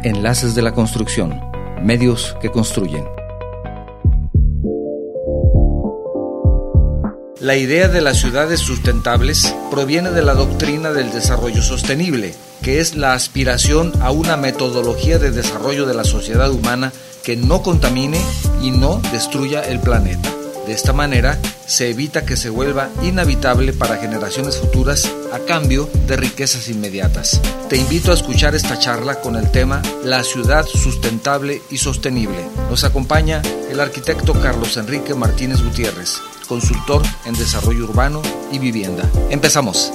Enlaces de la Construcción, medios que construyen. La idea de las ciudades sustentables proviene de la doctrina del desarrollo sostenible, que es la aspiración a una metodología de desarrollo de la sociedad humana que no contamine y no destruya el planeta. De esta manera, se evita que se vuelva inhabitable para generaciones futuras a cambio de riquezas inmediatas. Te invito a escuchar esta charla con el tema La ciudad sustentable y sostenible. Nos acompaña el arquitecto Carlos Enrique Martínez Gutiérrez, consultor en desarrollo urbano y vivienda. Empezamos.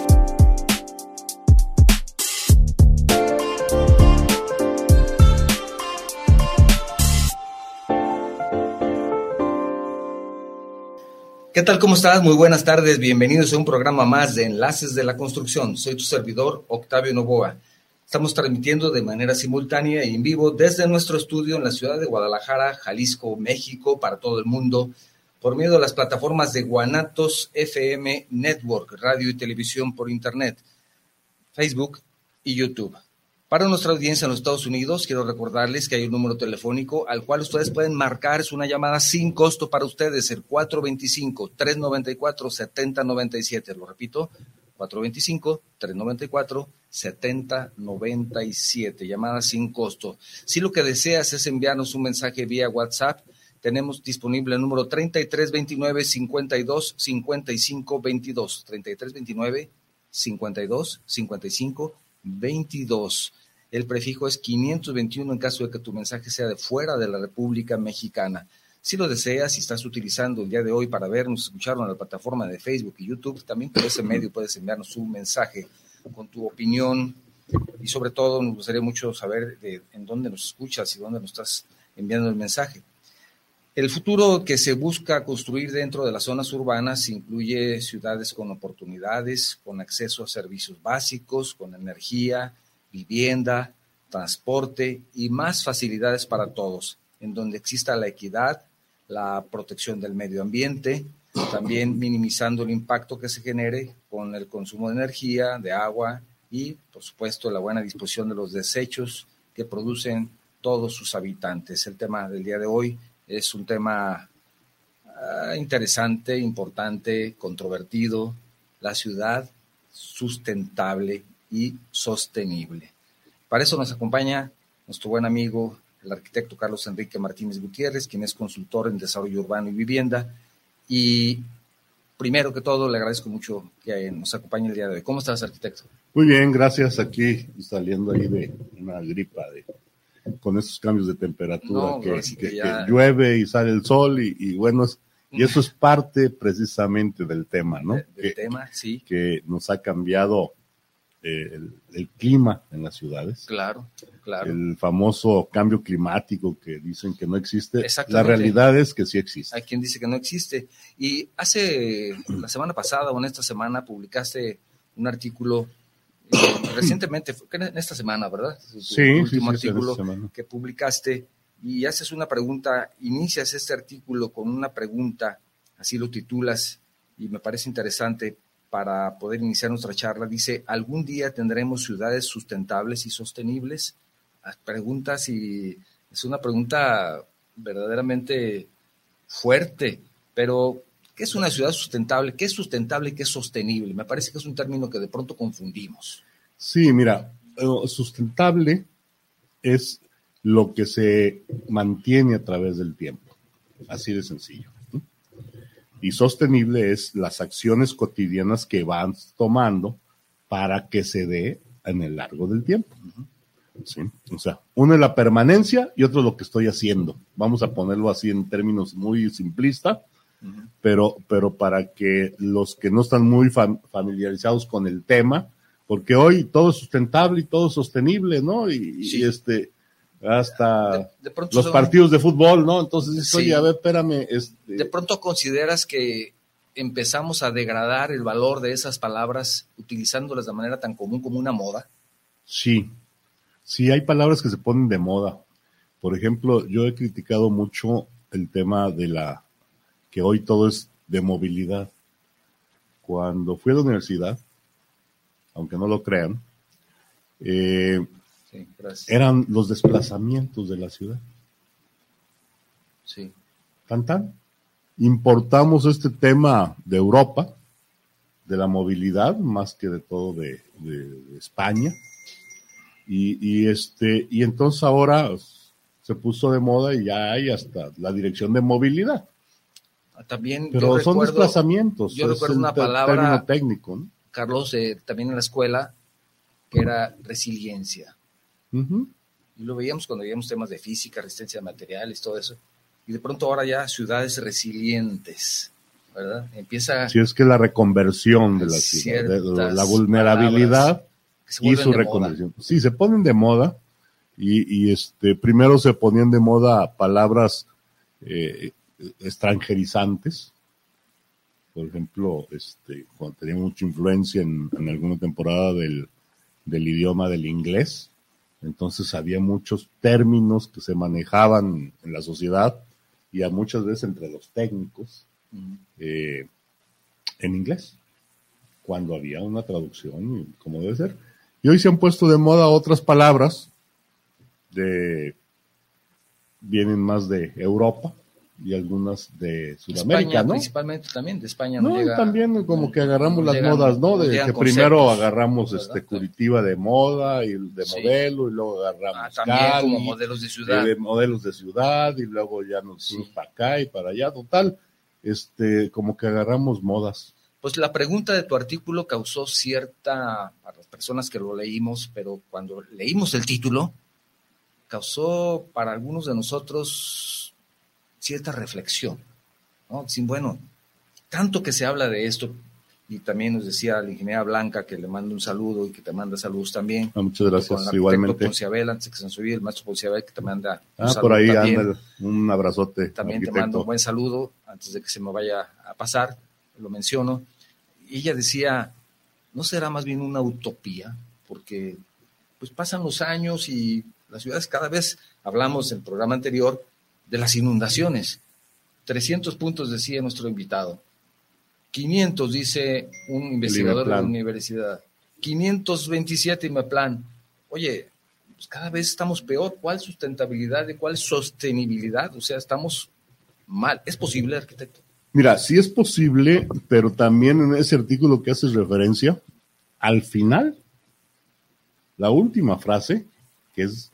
¿Qué tal? ¿Cómo estás? Muy buenas tardes. Bienvenidos a un programa más de Enlaces de la Construcción. Soy tu servidor, Octavio Novoa. Estamos transmitiendo de manera simultánea y en vivo desde nuestro estudio en la ciudad de Guadalajara, Jalisco, México, para todo el mundo, por medio de las plataformas de Guanatos FM Network, radio y televisión por internet, Facebook y YouTube. Para nuestra audiencia en los Estados Unidos, quiero recordarles que hay un número telefónico al cual ustedes pueden marcar. Es una llamada sin costo para ustedes, el 425-394-7097. Lo repito, 425-394-7097. Llamada sin costo. Si lo que deseas es enviarnos un mensaje vía WhatsApp, tenemos disponible el número 3329-525522. 3329-525522. El prefijo es 521 en caso de que tu mensaje sea de fuera de la República Mexicana. Si lo deseas, si estás utilizando el día de hoy para vernos, escucharnos en la plataforma de Facebook y YouTube, también por ese medio puedes enviarnos un mensaje con tu opinión y sobre todo nos gustaría mucho saber en dónde nos escuchas y dónde nos estás enviando el mensaje. El futuro que se busca construir dentro de las zonas urbanas incluye ciudades con oportunidades, con acceso a servicios básicos, con energía, vivienda, transporte y más facilidades para todos, en donde exista la equidad, la protección del medio ambiente, también minimizando el impacto que se genere con el consumo de energía, de agua y, por supuesto, la buena disposición de los desechos que producen todos sus habitantes. El tema del día de hoy es un tema interesante, importante, controvertido, la ciudad sustentable y sostenible. Para eso nos acompaña nuestro buen amigo, el arquitecto Carlos Enrique Martínez Gutiérrez, quien es consultor en desarrollo urbano y vivienda. Y primero que todo, le agradezco mucho que nos acompañe el día de hoy. ¿Cómo estás, arquitecto? Muy bien, gracias. Aquí saliendo ahí de una gripa con esos cambios de temperatura, que llueve y sale el sol y bueno, y eso es parte precisamente del tema, ¿no? Del tema, sí. Que nos ha cambiado el clima en las ciudades. Claro. El famoso cambio climático que dicen que no existe. La realidad es que sí existe. Hay quien dice que no existe. Y la semana pasada o en esta semana publicaste un artículo recientemente, en esta semana, ¿verdad? Sí, último artículo que publicaste y haces una pregunta, inicias este artículo con una pregunta, así lo titulas y me parece interesante para poder iniciar nuestra charla. Dice, ¿algún día tendremos ciudades sustentables y sostenibles? Preguntas y es una pregunta verdaderamente fuerte, pero ¿qué es una ciudad sustentable? ¿Qué es sustentable y qué es sostenible? Me parece que es un término que de pronto confundimos. Sí, mira, sustentable es lo que se mantiene a través del tiempo, así de sencillo. Y sostenible es las acciones cotidianas que van tomando para que se dé en el largo del tiempo. ¿Sí? O sea, uno es la permanencia y otro lo que estoy haciendo. Vamos a ponerlo así en términos muy simplistas, pero para que los que no están muy familiarizados con el tema, porque hoy todo es sustentable y todo es sostenible, ¿no? Sí. Hasta de los partidos de fútbol, ¿no? Entonces, oye, a ver, espérame. ¿De pronto consideras que empezamos a degradar el valor de esas palabras utilizándolas de manera tan común como una moda? Sí, hay palabras que se ponen de moda. Por ejemplo, yo he criticado mucho el tema que hoy todo es de movilidad. Cuando fui a la universidad, aunque no lo crean, Sí, gracias. eran los desplazamientos de la ciudad. Sí. Tan. Importamos este tema de Europa, de la movilidad, más que de todo de España. Y entonces ahora se puso de moda y ya hay hasta la dirección de movilidad. También Pero son desplazamientos. Yo recuerdo una término palabra, técnico, ¿no? Carlos, también en la escuela, que era resiliencia. Uh-huh. Y lo veíamos cuando veíamos temas de física, resistencia de materiales, todo eso. Y de pronto ahora ya ciudades resilientes, ¿verdad? Empieza... Sí, es que la reconversión de la ciudad, de la vulnerabilidad y su reconversión. Moda. Sí, se ponen de moda y primero se ponían de moda palabras extranjerizantes. Por ejemplo, cuando tenía mucha influencia en alguna temporada del idioma del inglés, entonces había muchos términos que se manejaban en la sociedad y a muchas veces entre los técnicos en inglés, cuando había una traducción como debe ser. Y hoy se han puesto de moda otras palabras vienen más de Europa y algunas de Sudamérica, España, ¿no? Principalmente también, de España no llega, también como que agarramos las modas, ¿no? De que primero agarramos Curitiba de moda y de modelo, y luego agarramos también Cali, como modelos de ciudad. Modelos de ciudad, y luego ya nos fuimos para acá y para allá, total, como que agarramos modas. Pues la pregunta de tu artículo causó cierta, para las personas que lo leímos, pero cuando leímos el título, causó para algunos de nosotros cierta reflexión, ¿no? Sin, bueno, tanto que se habla de esto, y también nos decía la ingeniera Blanca que le manda un saludo y que te manda saludos también. Muchas gracias, con el igualmente. Ponciabel, antes que se nos olvide, el maestro Ponciabel que te manda un saludo por ahí también. Anda, un abrazote. También arquitecto. te mando un buen saludo, antes de que se me vaya a pasar, lo menciono. Y ella decía, ¿no será más bien una utopía? Porque pues pasan los años y las ciudades cada vez, hablamos en el programa anterior, de las inundaciones. 300 puntos decía nuestro invitado. 500 dice un investigador de la universidad. 527 Imeplan. Oye, pues cada vez estamos peor. ¿Cuál sustentabilidad y cuál sostenibilidad? O sea, estamos mal. ¿Es posible, arquitecto? Mira, sí es posible, pero también en ese artículo que haces referencia, al final, la última frase, que es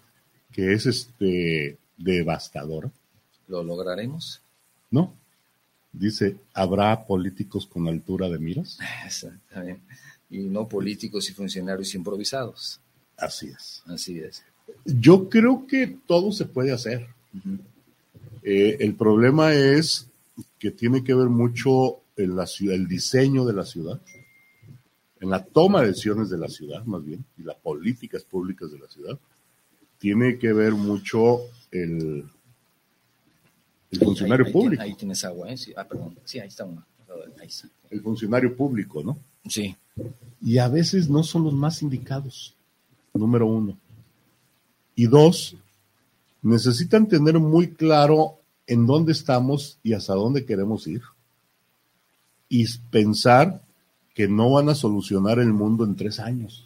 devastadora. ¿Lo lograremos? No. Dice, ¿habrá políticos con altura de miras? Exactamente. Y no políticos y funcionarios improvisados. Así es. Así es. Yo creo que todo se puede hacer. Uh-huh. El problema es que tiene que ver mucho en la ciudad, el diseño de la ciudad, en la toma de decisiones de la ciudad, más bien, y las políticas públicas de la ciudad. Tiene que ver mucho el funcionario público. Ahí tienes agua, ¿eh? Sí, perdón. Sí, ahí está una. Ahí está. El funcionario público, ¿no? Sí. Y a veces no son los más indicados, número uno. Y dos, necesitan tener muy claro en dónde estamos y hasta dónde queremos ir. Y pensar que no van a solucionar el mundo en 3 años,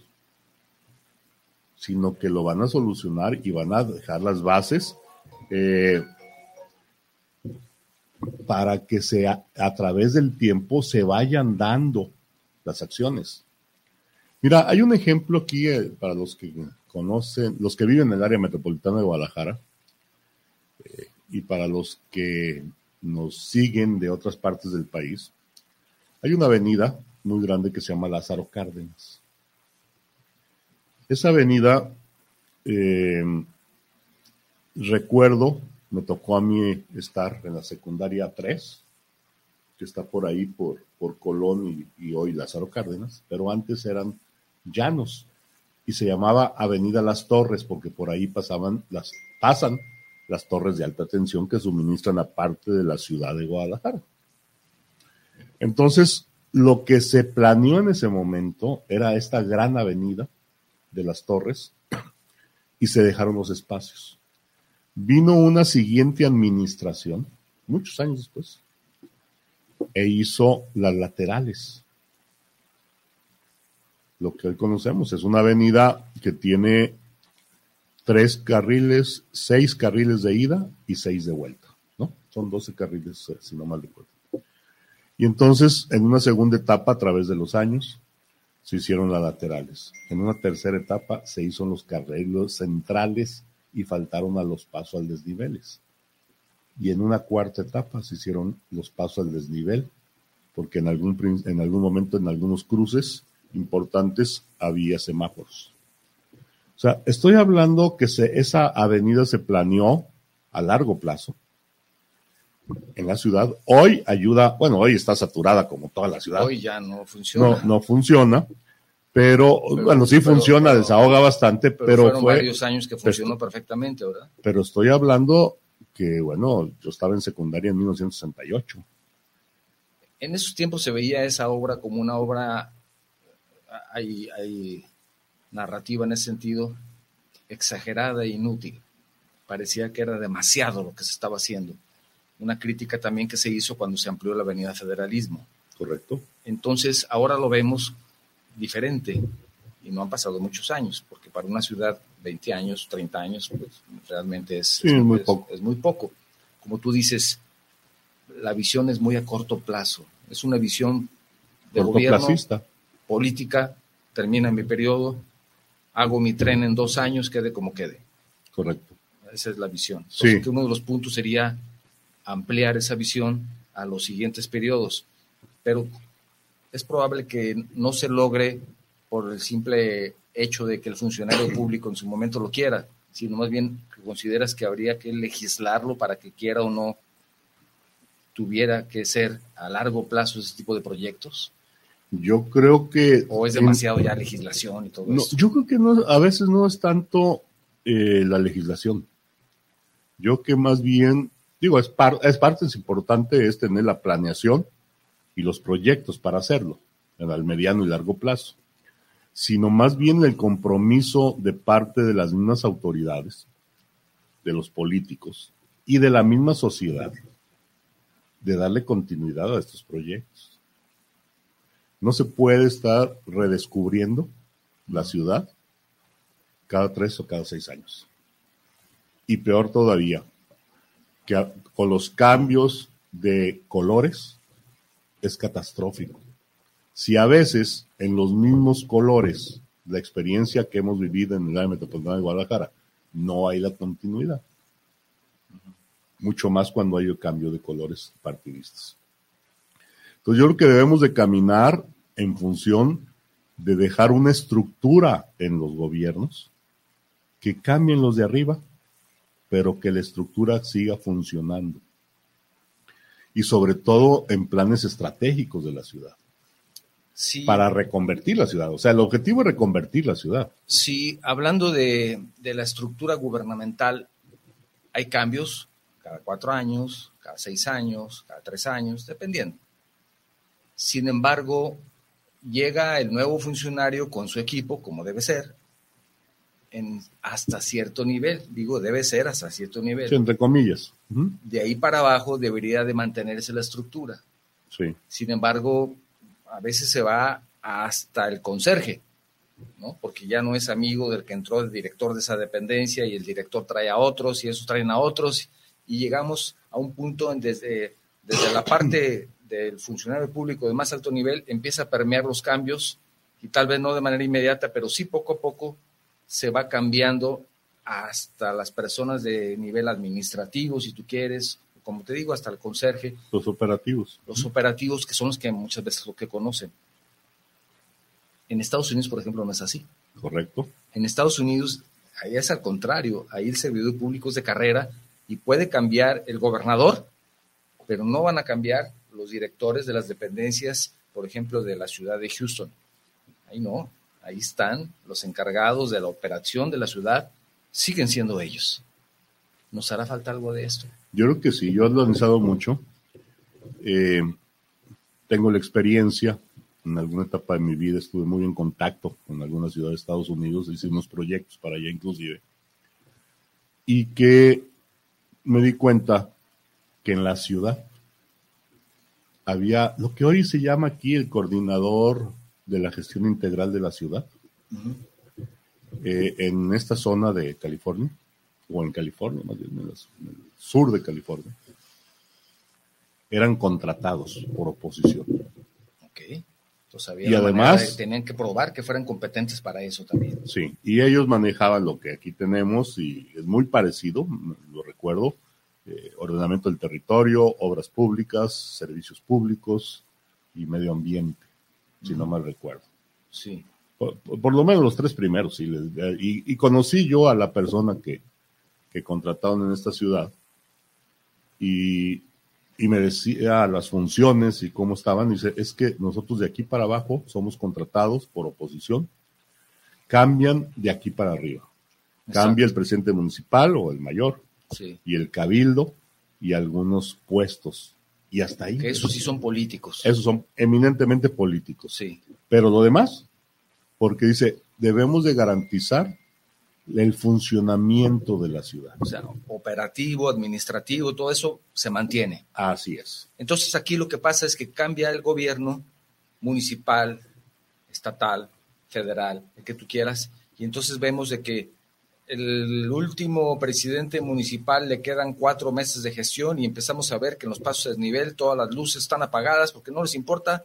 sino que lo van a solucionar y van a dejar las bases para que a través del tiempo se vayan dando las acciones. Mira, hay un ejemplo aquí para los que conocen, los que viven en el área metropolitana de Guadalajara, y para los que nos siguen de otras partes del país. Hay una avenida muy grande que se llama Lázaro Cárdenas. Esa avenida, recuerdo, me tocó a mí estar en la secundaria 3, que está por ahí, por Colón y hoy Lázaro Cárdenas, pero antes eran llanos y se llamaba Avenida Las Torres porque por ahí pasan las torres de alta tensión que suministran a parte de la ciudad de Guadalajara. Entonces, lo que se planeó en ese momento era esta gran avenida de las torres y se dejaron los espacios. Vino una siguiente administración, muchos años después, e hizo las laterales. Lo que hoy conocemos es una avenida que tiene 6 carriles de ida y 6 de vuelta, ¿no? Son 12 carriles, si no mal recuerdo. Y entonces, en una segunda etapa, a través de los años, se hicieron las laterales. En una tercera etapa se hizo los carriles centrales y faltaron a los pasos al desniveles. Y en una cuarta etapa se hicieron los pasos al desnivel, porque en algún momento, en algunos cruces importantes, había semáforos. O sea, estoy hablando que esa avenida se planeó a largo plazo en la ciudad. Hoy hoy está saturada como toda la ciudad. Hoy ya no funciona. No funciona, pero sí funciona, desahoga bastante, pero fueron varios años que funcionó perfectamente, ¿verdad? Pero estoy hablando que, yo estaba en secundaria en 1968. En esos tiempos se veía esa obra como una obra, hay narrativa en ese sentido, exagerada e inútil. Parecía que era demasiado lo que se estaba haciendo. Una crítica también que se hizo cuando se amplió la Avenida Federalismo. Correcto. Entonces, ahora lo vemos diferente y no han pasado muchos años, porque para una ciudad 20 años, 30 años, pues realmente es muy poco. Como tú dices, la visión es muy a corto plazo. Es una visión de gobierno, política, termina mi periodo, hago mi tren en 2 años, quede como quede. Correcto. Esa es la visión. Entonces, que uno de los puntos sería ampliar esa visión a los siguientes periodos. Pero es probable que no se logre por el simple hecho de que el funcionario público en su momento lo quiera, sino más bien que consideras que habría que legislarlo para que quiera o no tuviera que ser a largo plazo ese tipo de proyectos. Yo creo que... ¿O es demasiado ya legislación y todo eso? Yo creo que a veces no es tanto la legislación. Yo que más bien, es parte importante es tener la planeación y los proyectos para hacerlo, al mediano y largo plazo, sino más bien el compromiso de parte de las mismas autoridades, de los políticos y de la misma sociedad, de darle continuidad a estos proyectos. No se puede estar redescubriendo la ciudad cada 3 o cada 6 años. Y peor todavía, que con los cambios de colores es catastrófico. Si a veces en los mismos colores, la experiencia que hemos vivido en el área metropolitana de Guadalajara, no hay la continuidad. Mucho más cuando hay el cambio de colores partidistas. Entonces yo creo que debemos de caminar en función de dejar una estructura en los gobiernos que cambien los de arriba, pero que la estructura siga funcionando. Y sobre todo en planes estratégicos de la ciudad. Sí. Para reconvertir la ciudad. O sea, el objetivo es reconvertir la ciudad. Sí, hablando de la estructura gubernamental, hay cambios cada 4 años, cada 6 años, cada 3 años, dependiendo. Sin embargo, llega el nuevo funcionario con su equipo, como debe ser, hasta cierto nivel. Digo, debe ser hasta cierto nivel. Sí, entre comillas. De ahí para abajo debería de mantenerse la estructura. Sí. Sin embargo, a veces se va hasta el conserje, ¿no? Porque ya no es amigo del que entró el director de esa dependencia y el director trae a otros y esos traen a otros y llegamos a un punto en desde la parte del funcionario público de más alto nivel empieza a permear los cambios y tal vez no de manera inmediata, pero sí poco a poco se va cambiando hasta las personas de nivel administrativo, si tú quieres, como te digo, hasta el conserje. Los operativos. Los operativos que son los que muchas veces lo que conocen. En Estados Unidos, por ejemplo, no es así. Correcto. En Estados Unidos, ahí es al contrario, ahí el servidor público es de carrera y puede cambiar el gobernador, pero no van a cambiar los directores de las dependencias, por ejemplo, de la ciudad de Houston. Ahí no, ahí están los encargados de la operación de la ciudad, siguen siendo ellos. ¿Nos hará falta algo de esto? Yo creo que sí, yo he analizado mucho. Tengo la experiencia, en alguna etapa de mi vida estuve muy en contacto con algunas ciudades de Estados Unidos, hicimos proyectos para allá inclusive, y que me di cuenta que en la ciudad había lo que hoy se llama aquí el coordinador de la gestión integral de la ciudad. en esta zona de California, o en California, más bien en el sur de California, eran contratados por oposición. Ok. Entonces había Y además tenían que probar que fueran competentes para eso también. Sí, y ellos manejaban lo que aquí tenemos y es muy parecido, lo recuerdo, ordenamiento del territorio, obras públicas, servicios públicos y medio ambiente, si no mal recuerdo. Sí. Por lo menos los tres primeros, sí, y conocí yo a la persona que contrataron en esta ciudad y me decía las funciones y cómo estaban. Dice, es que nosotros de aquí para abajo somos contratados por oposición, cambian de aquí para arriba. Exacto. Cambia el presidente municipal o el mayor, sí. y el cabildo y algunos puestos. Y hasta ahí. Que esos sí son políticos. Esos son eminentemente políticos. Sí. Pero lo demás, porque dice, debemos de garantizar el funcionamiento de la ciudad. O sea, operativo, administrativo, todo eso se mantiene. Así es. Entonces aquí lo que pasa es que cambia el gobierno municipal, estatal, federal, el que tú quieras, y entonces vemos de que el último presidente municipal le quedan 4 meses de gestión y empezamos a ver que en los pasos de desnivel todas las luces están apagadas porque no les importa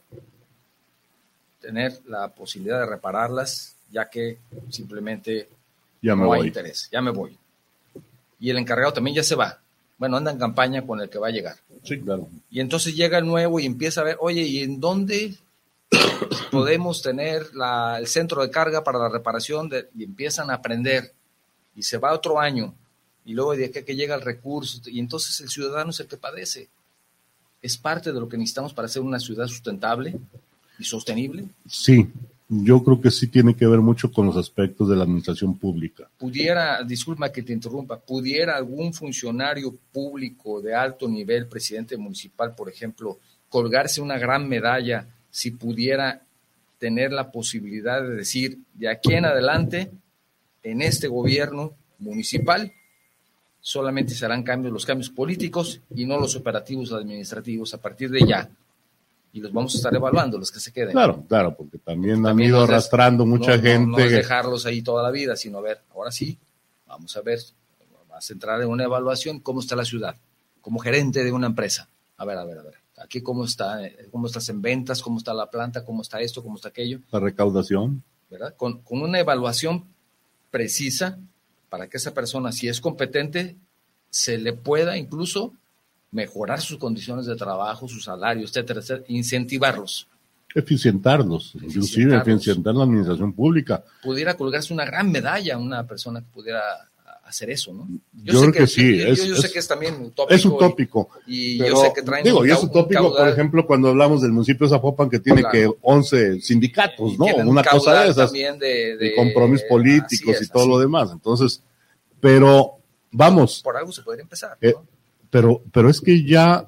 tener la posibilidad de repararlas, ya que simplemente no hay interés. Ya me voy. Y el encargado también ya se va. Bueno, anda en campaña con el que va a llegar. Sí, claro. Y entonces llega el nuevo y empieza a ver, oye, ¿y en dónde podemos tener el centro de carga para la reparación? Y empiezan a aprender. Y se va otro año. Y luego de aquí que llega el recurso. Y entonces el ciudadano es el que padece. Es parte de lo que necesitamos para hacer una ciudad sustentable y sostenible. Sí, yo creo que sí tiene que ver mucho con los aspectos de la administración pública. Disculpa que te interrumpa, ¿pudiera algún funcionario público de alto nivel, presidente municipal, por ejemplo, colgarse una gran medalla si pudiera tener la posibilidad de decir, de aquí en adelante, en este gobierno municipal, solamente se harán los cambios políticos y no los operativos administrativos a partir de ya? Y los vamos a estar evaluando, los que se queden. Claro, porque también han ido arrastrando mucha gente. No es dejarlos ahí toda la vida, sino a ver, ahora sí, vamos a ver, vas a entrar en una evaluación, cómo está la ciudad, como gerente de una empresa. A ver, aquí cómo estás en ventas, cómo está la planta, cómo está esto, cómo está aquello. La recaudación. ¿Verdad? Con una evaluación precisa para que esa persona, si es competente, se le pueda incluso mejorar sus condiciones de trabajo, su salario, etcétera, etcétera, incentivarlos. Eficientarlos, inclusive eficientar la administración pública. Pudiera colgarse una gran medalla a una persona que pudiera hacer eso, ¿no? Yo creo que sí. Yo sé que es también utópico. Es utópico. Y pero, yo sé que traen y es utópico, por ejemplo, cuando hablamos del municipio de Zapopan, que tiene que 11 sindicatos, ¿no? Una cosa de esas. De compromisos políticos y todo lo demás. Entonces, pero, vamos. Por algo se podría empezar, ¿no? Pero es que ya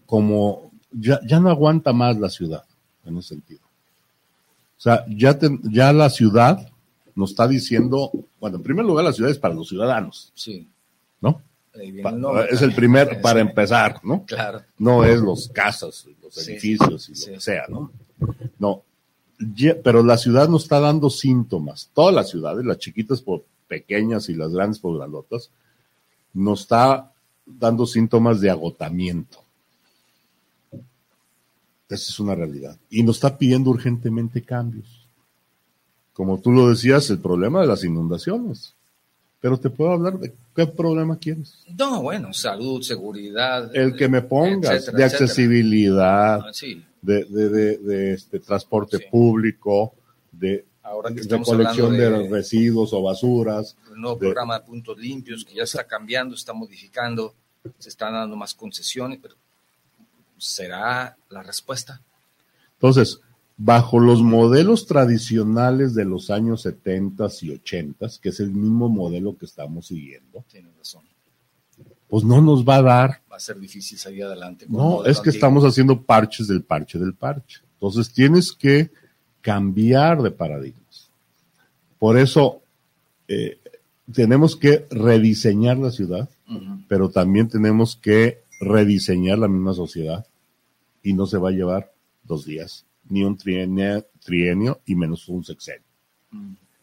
no aguanta más la ciudad en ese sentido. O sea, ya la ciudad nos está diciendo, bueno, en primer lugar la ciudad es para los ciudadanos. Sí. ¿No? Es el primer para empezar, ¿no? Claro. No es los casas, los edificios y lo que sea, ¿no? No. Pero la ciudad nos está dando síntomas. Todas las ciudades, las chiquitas por pequeñas y las grandes por grandotas, nos está dando síntomas de agotamiento. Esa es una realidad. Y nos está pidiendo urgentemente cambios. Como tú lo decías, el problema de las inundaciones. Pero te puedo hablar de qué problema quieres. No, bueno, salud, seguridad. El que me pongas, etcétera, de accesibilidad, sí. de transporte público, de recolección de residuos o basuras. El nuevo programa de puntos limpios que ya está cambiando, está modificando, se están dando más concesiones, pero ¿será la respuesta? Entonces, bajo los modelos tradicionales de los años 70 y 80, que es el mismo modelo que estamos siguiendo, tienes razón, pues no nos va a dar. Va a ser difícil salir adelante. No, es que estamos haciendo parches del parche del parche. Entonces tienes que cambiar de paradigmas. Por eso tenemos que rediseñar la ciudad, pero también tenemos que rediseñar la misma sociedad y no se va a llevar 2 días, ni un trienio y menos un sexenio.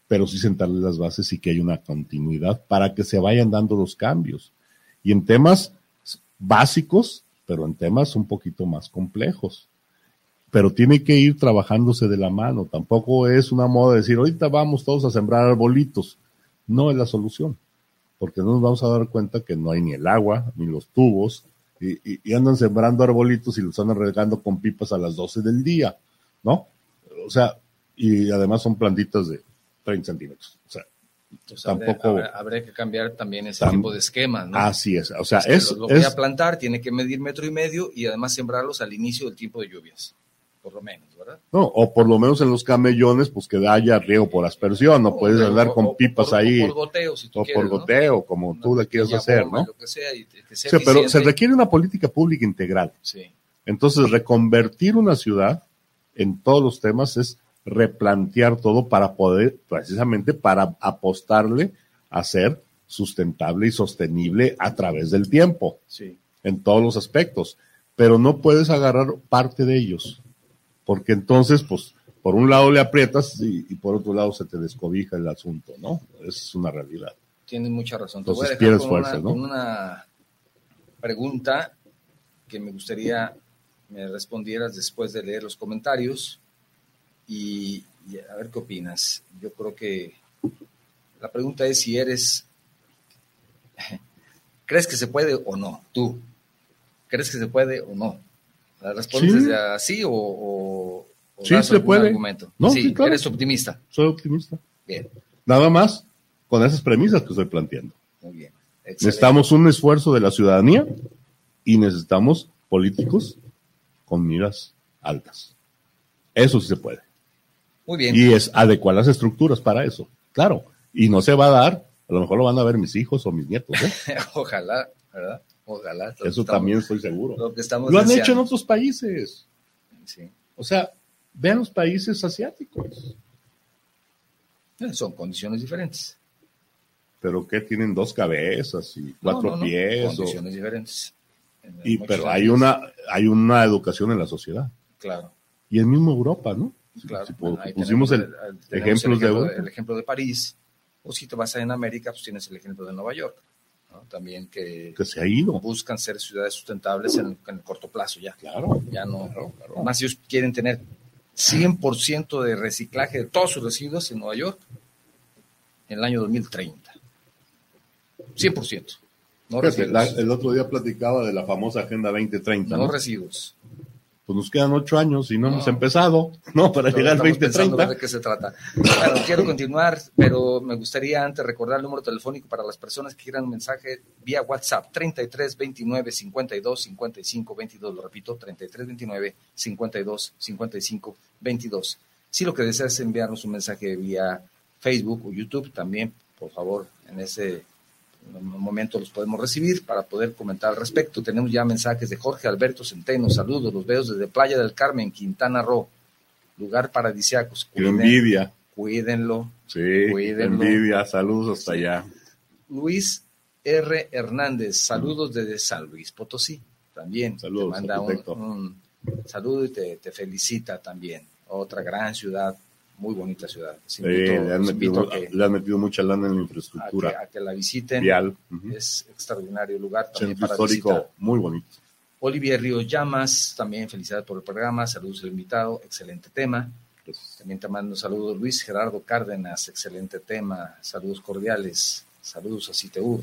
pero sí sentarle las bases y que haya una continuidad para que se vayan dando los cambios. Y en temas básicos, pero en temas un poquito más complejos. Pero tiene que ir trabajándose de la mano. Tampoco es una moda decir, ahorita vamos todos a sembrar arbolitos. No es la solución, porque no nos vamos a dar cuenta que no hay ni el agua, ni los tubos, y andan sembrando arbolitos y los andan regando con pipas a las 12 del día, ¿no? O sea, y además son plantitas de 30 centímetros. O sea, entonces, tampoco... habría que cambiar también ese tipo de esquemas, ¿no? Así es. O sea, lo voy a plantar, tiene que medir 1,5 metros y además sembrarlos al inicio del tiempo de lluvias, por lo menos, ¿verdad? No, o por lo menos en los camellones, pues que haya riego por aspersión, no puedes andar con pipas ahí. O por goteo, si tú o quieres, por goteo, ¿no? Como tú le quieras hacer, bomba, ¿no? Lo que sea, y que sea sí, pero se requiere una política pública integral. Sí. Entonces, reconvertir una ciudad en todos los temas es replantear todo para poder, precisamente para apostarle a ser sustentable y sostenible a través del tiempo. Sí. En todos los aspectos. Pero no puedes agarrar parte de ellos, porque entonces, pues, por un lado le aprietas y por otro lado se te descobija el asunto, ¿no? Es una realidad. Tienes mucha razón. Entonces, te voy a dejar pierdes fuerza, ¿no? con una pregunta que me gustaría me respondieras después de leer los comentarios y a ver qué opinas. Yo creo que la pregunta es si ¿crees que se puede o no? Tú, ¿crees que se puede o no? ¿La respondes Sí. desde así o Sí, das se algún puede. argumento? No, sí, sí, claro. Eres optimista. Soy optimista. Bien, Nada más con esas premisas que estoy planteando. muy bien. Excelente. Necesitamos un esfuerzo de la ciudadanía y necesitamos políticos con miras altas. Eso sí se puede. Muy bien. Y es adecuar las estructuras para eso. Claro. Y no se va a dar, a lo mejor lo van a ver mis hijos o mis nietos, ¿eh? Ojalá, ¿verdad? Ojalá. Eso también estoy seguro. Lo que estamos Lo han deseando. hecho en otros países. Sí. O sea, vean los países asiáticos. Son condiciones diferentes. Pero que tienen 2 cabezas y 4 No. pies. Condiciones diferentes. Pero hay una educación en la sociedad. Claro. Y en mismo Europa, ¿no? Claro. Si Bueno, ahí pusimos tenemos ejemplos de Europa. El ejemplo de París. O si te vas en América, pues tienes el ejemplo de Nueva York, ¿no? También que se ha ido. buscan ser ciudades sustentables en el corto plazo ya. Claro. Ya no. Claro. Además, ellos quieren tener 100% de reciclaje de todos sus residuos en Nueva York en el año 2030. 100%. No residuos. El otro día platicaba de la famosa Agenda 2030. No residuos. Pues nos quedan 8 años y no hemos empezado, ¿no? Para llegar al 2030. ¿De qué se trata? Bueno, quiero continuar, pero me gustaría antes recordar el número telefónico para las personas que quieran un mensaje vía WhatsApp, 33 29 52 55 22. Lo repito, 33 29 52 55 22. Si lo que deseas es enviarnos un mensaje vía Facebook o YouTube, también, por favor, en ese momento los podemos recibir para poder comentar al respecto. Tenemos ya mensajes de Jorge Alberto Centeno. Saludos, los veo desde Playa del Carmen, Quintana Roo, lugar paradisíaco. Qué envidia. Cuídenlo. Sí, Cuídenlo. envidia. Saludos hasta allá. Luis R. Hernández, saludos desde San Luis Potosí. También saludos, te manda un saludo y te felicita también. Otra gran ciudad, muy bonita ciudad. Le han metido mucha lana en la infraestructura. A que la visiten. Vial. Es extraordinario lugar también Centro para histórico visitar. Muy bonito. Olivier Ríos Llamas, también felicidades por el programa. Saludos al invitado, excelente tema. También te mando saludos Luis Gerardo Cárdenas, excelente tema. Saludos cordiales. Saludos a CITEU.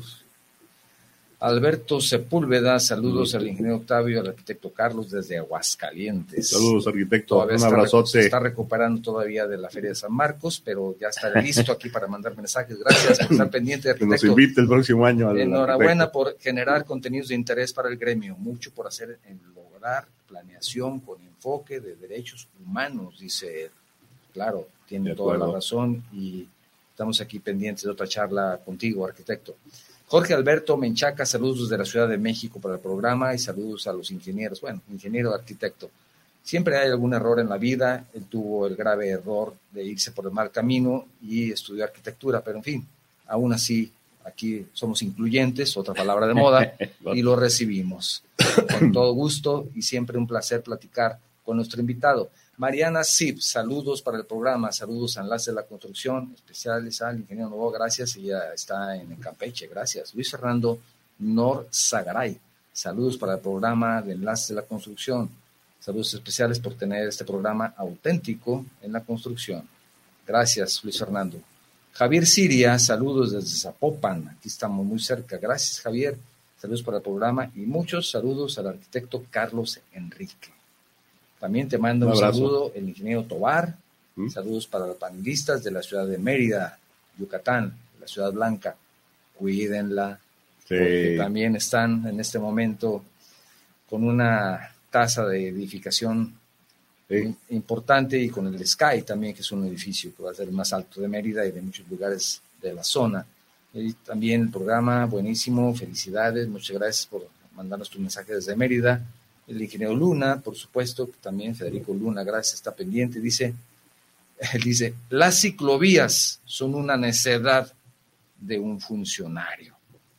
Alberto Sepúlveda, saludos al ingeniero Octavio, al arquitecto Carlos desde Aguascalientes. Saludos, arquitecto. Todavía un abrazote. Se está recuperando todavía de la Feria de San Marcos, pero ya está listo aquí para mandar mensajes. Gracias por estar pendiente, arquitecto. Que nos invite el próximo año. Enhorabuena arquitecto. por generar contenidos de interés para el gremio. Mucho por hacer en lograr planeación con enfoque de derechos humanos, dice él. Claro, tiene toda la razón y estamos aquí pendientes de otra charla contigo, arquitecto. Jorge Alberto Menchaca, saludos desde la Ciudad de México para el programa y saludos a los ingenieros. Bueno, ingeniero, arquitecto. Siempre hay algún error en la vida. Él tuvo el grave error de irse por el mal camino y estudió arquitectura, pero en fin, aún así, aquí somos incluyentes, otra palabra de moda, y lo recibimos con todo gusto y siempre un placer platicar con nuestro invitado. Mariana Zip, saludos para el programa, saludos a Enlace de la Construcción, especiales al ingeniero Novoa, gracias, ella está en Campeche, gracias. Luis Fernando Nor Zagaray, saludos para el programa de Enlace de la Construcción, saludos especiales por tener este programa auténtico en la construcción. Gracias, Luis Fernando. Javier Siria, saludos desde Zapopan, aquí estamos muy cerca, gracias Javier, saludos para el programa y muchos saludos al arquitecto Carlos Enrique. También te mando un saludo el ingeniero Tobar, saludos para los panelistas de la ciudad de Mérida, Yucatán, la ciudad blanca, cuídenla, porque también están en este momento con una tasa de edificación importante y con el Sky también, que es un edificio que va a ser el más alto de Mérida y de muchos lugares de la zona. Y también el programa, buenísimo, felicidades, muchas gracias por mandarnos tu mensaje desde Mérida. El ingeniero Luna, por supuesto, también Federico Luna, gracias, está pendiente, dice, las ciclovías son una necedad de un funcionario.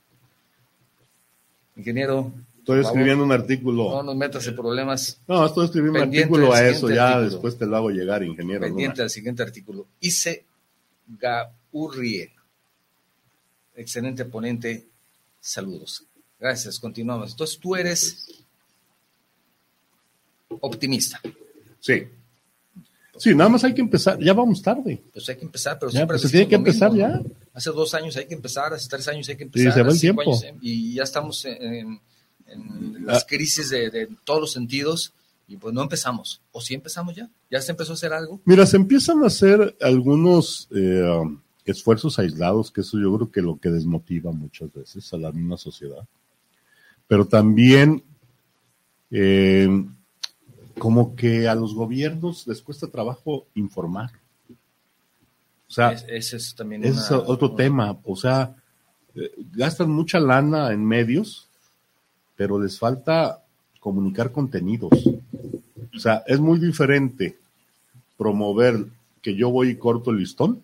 Ingeniero, estoy escribiendo un artículo. No nos metas en problemas. No, estoy escribiendo un artículo a eso, ya después te lo hago llegar, ingeniero. Pendiente al siguiente artículo. Ise Gaurrie, excelente ponente, saludos. Gracias, continuamos. Entonces tú eres optimista. Sí. Sí, nada más hay que empezar, ya vamos tarde. Pues hay que empezar, pero ya, siempre se tiene que empezar mismo, ya. ¿no? Hace 2 años hay que empezar, hace 3 años hay que empezar. Sí, se va el tiempo. Años, y ya estamos en las crisis de todos los sentidos y pues no empezamos. ¿O sí empezamos ya? ¿Ya se empezó a hacer algo? Mira, se empiezan a hacer algunos esfuerzos aislados, que eso yo creo que lo que desmotiva muchas veces a la misma sociedad. Pero también como que a los gobiernos les cuesta trabajo informar. O sea, ese es también otro tema. O sea, gastan mucha lana en medios, pero les falta comunicar contenidos. O sea, es muy diferente promover que yo voy y corto el listón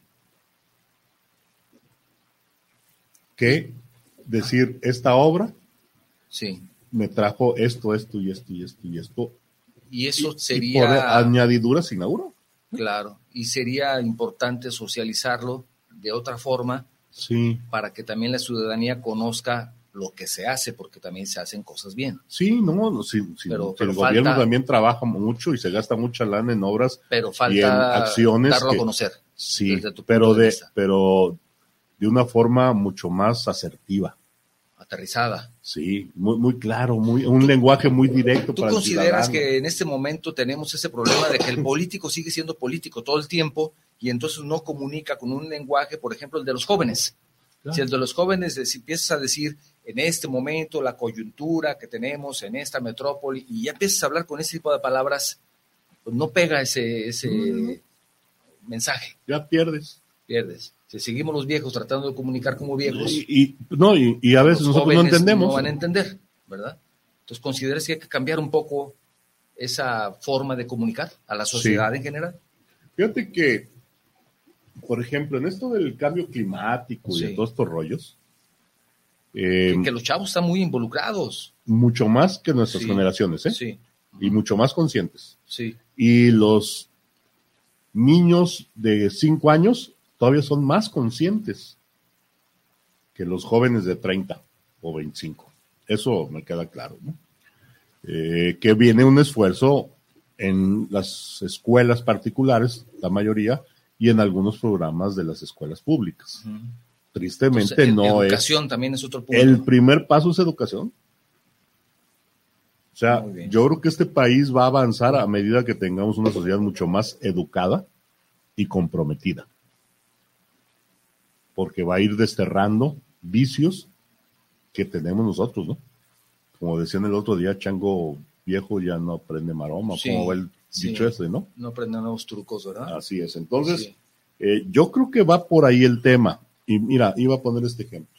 que decir esta obra me trajo esto y esto y esto y esto. Y eso sería... Y por añadidura sin euro. Claro, y sería importante socializarlo de otra forma para que también la ciudadanía conozca lo que se hace, porque también se hacen cosas bien. Sí, pero el gobierno también trabaja mucho y se gasta mucha lana en obras falta y en acciones darlo a conocer. Sí, pero de una forma mucho más asertiva. Aterrizada. Sí, muy claro, un lenguaje muy directo. ¿Tú consideras que en este momento tenemos ese problema de que el político sigue siendo político todo el tiempo y entonces no comunica con un lenguaje, por ejemplo, el de los jóvenes? Claro. Si el de los jóvenes, si empiezas a decir en este momento la coyuntura que tenemos en esta metrópoli y ya empiezas a hablar con ese tipo de palabras, pues no pega ese mensaje. Ya pierdes. Si seguimos los viejos tratando de comunicar como viejos. Y a veces nosotros no entendemos. No van a entender, ¿verdad? Entonces, ¿consideras que hay que cambiar un poco esa forma de comunicar a la sociedad en general? Fíjate que, por ejemplo, en esto del cambio climático y de todos estos rollos. Que los chavos están muy involucrados. Mucho más que nuestras generaciones, ¿eh? Sí. Y mucho más conscientes. Sí. Y los niños de 5 años todavía son más conscientes que los jóvenes de 30 o 25. Eso me queda claro, ¿no? Que viene un esfuerzo en las escuelas particulares, la mayoría, y en algunos programas de las escuelas públicas. Uh-huh. Tristemente entonces, no es... Educación también es otro punto. El primer paso es educación. O sea, yo creo que este país va a avanzar a medida que tengamos una sociedad mucho más educada y comprometida. Porque va a ir desterrando vicios que tenemos nosotros, ¿no? Como decían el otro día, chango viejo ya no aprende maroma, como va el dicho ese, ¿no? No aprende nuevos trucos, ¿verdad? Así es. Entonces, yo creo que va por ahí el tema. Y mira, iba a poner este ejemplo.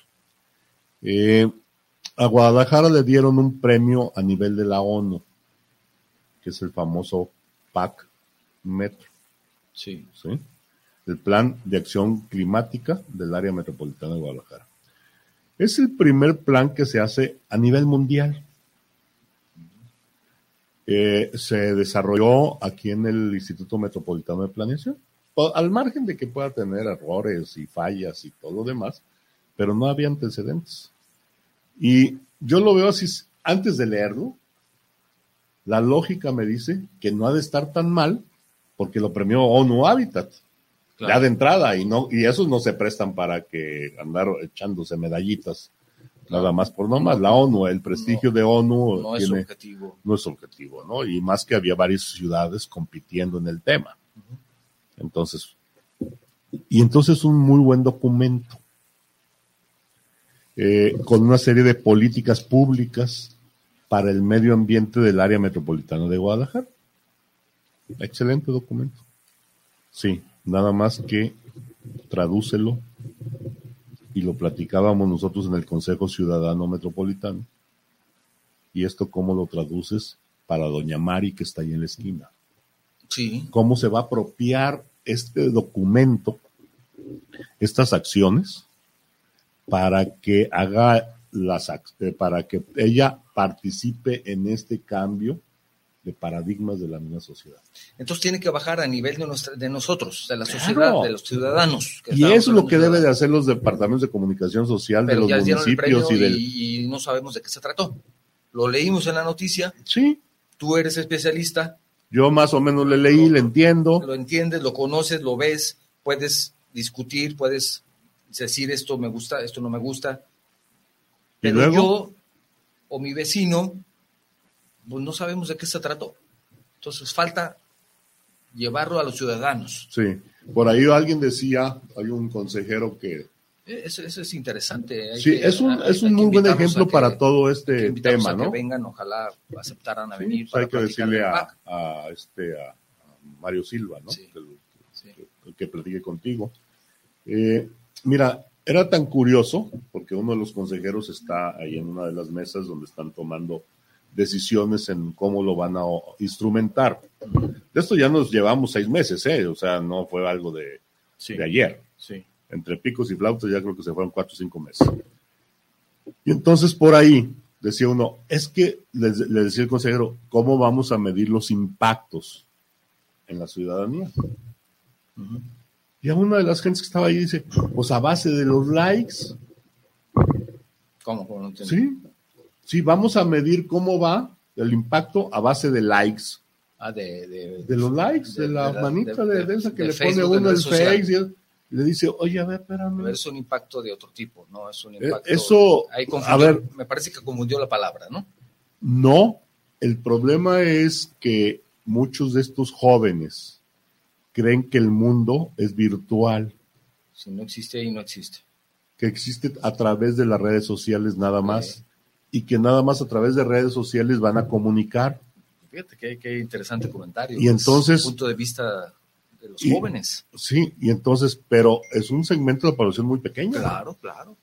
A Guadalajara le dieron un premio a nivel de la ONU, que es el famoso PAC Metro. Sí. ¿Sí? El Plan de Acción Climática del Área Metropolitana de Guadalajara. Es el primer plan que se hace a nivel mundial. Se desarrolló aquí en el Instituto Metropolitano de Planeación, al margen de que pueda tener errores y fallas y todo lo demás, pero no había antecedentes. Y yo lo veo así, antes de leerlo, la lógica me dice que no ha de estar tan mal porque lo premió ONU Habitat, claro, ya de entrada, y esos no se prestan para que andar echándose medallitas, claro, nada más por nomás. La ONU, el prestigio de ONU no es objetivo. No es objetivo, ¿no? Y más que había varias ciudades compitiendo en el tema. Entonces un muy buen documento, con una serie de políticas públicas para el medio ambiente del área metropolitana de Guadalajara. Excelente documento. Sí, nada más que tradúcelo, y lo platicábamos nosotros en el Consejo Ciudadano Metropolitano. ¿Y esto cómo lo traduces para doña Mari, que está ahí en la esquina? Sí. ¿Cómo se va a apropiar este documento, estas acciones, para que para que ella participe en este cambio de paradigmas de la misma sociedad? Entonces tiene que bajar a nivel de nosotros, de la sociedad, claro, de los ciudadanos. Y eso es lo que deben de hacer los departamentos de comunicación social, pero de los municipios y no sabemos de qué se trató. Lo leímos en la noticia. Sí. Tú eres especialista. Yo más o menos le leí, le entiendo. Lo entiendes, lo conoces, lo ves, puedes discutir, puedes decir esto me gusta, esto no me gusta. Pero luego, yo o mi vecino, pues no sabemos de qué se trató. Entonces falta llevarlo a los ciudadanos. Sí, por ahí alguien decía, hay un consejero que... Eso es interesante. Sí, es un muy buen ejemplo para todo este tema, ¿no? Que vengan, ojalá aceptaran a venir. Hay que decirle a Mario Silva, ¿no? Sí, que platique contigo. Mira, era tan curioso, porque uno de los consejeros está ahí en una de las mesas donde están tomando decisiones en cómo lo van a instrumentar. De esto ya nos llevamos 6 meses, o sea, no fue algo de ayer. Sí. Entre picos y flautas ya creo que se fueron 4 o 5 meses. Y entonces por ahí decía uno, es que, le decía el consejero, ¿cómo vamos a medir los impactos en la ciudadanía? Uh-huh. Y a una de las gentes que estaba ahí dice, pues a base de los likes. ¿Cómo? No entiendo. Sí, vamos a medir cómo va el impacto a base de likes. De los likes, de la manita de esa que le Facebook, pone uno el Face y le dice, oye, a ver, espérame. Pero es un impacto de otro tipo, ¿no? Es un impacto... Eso, a ver... Me parece que confundió la palabra, ¿no? No, el problema es que muchos de estos jóvenes creen que el mundo es virtual. Si no existe ahí, no existe. Que existe a través de las redes sociales nada más. Y que nada más a través de redes sociales van a comunicar. Fíjate qué interesante comentario. Y entonces... punto de vista de los jóvenes. Sí, y entonces, pero es un segmento de la población muy pequeño. Claro.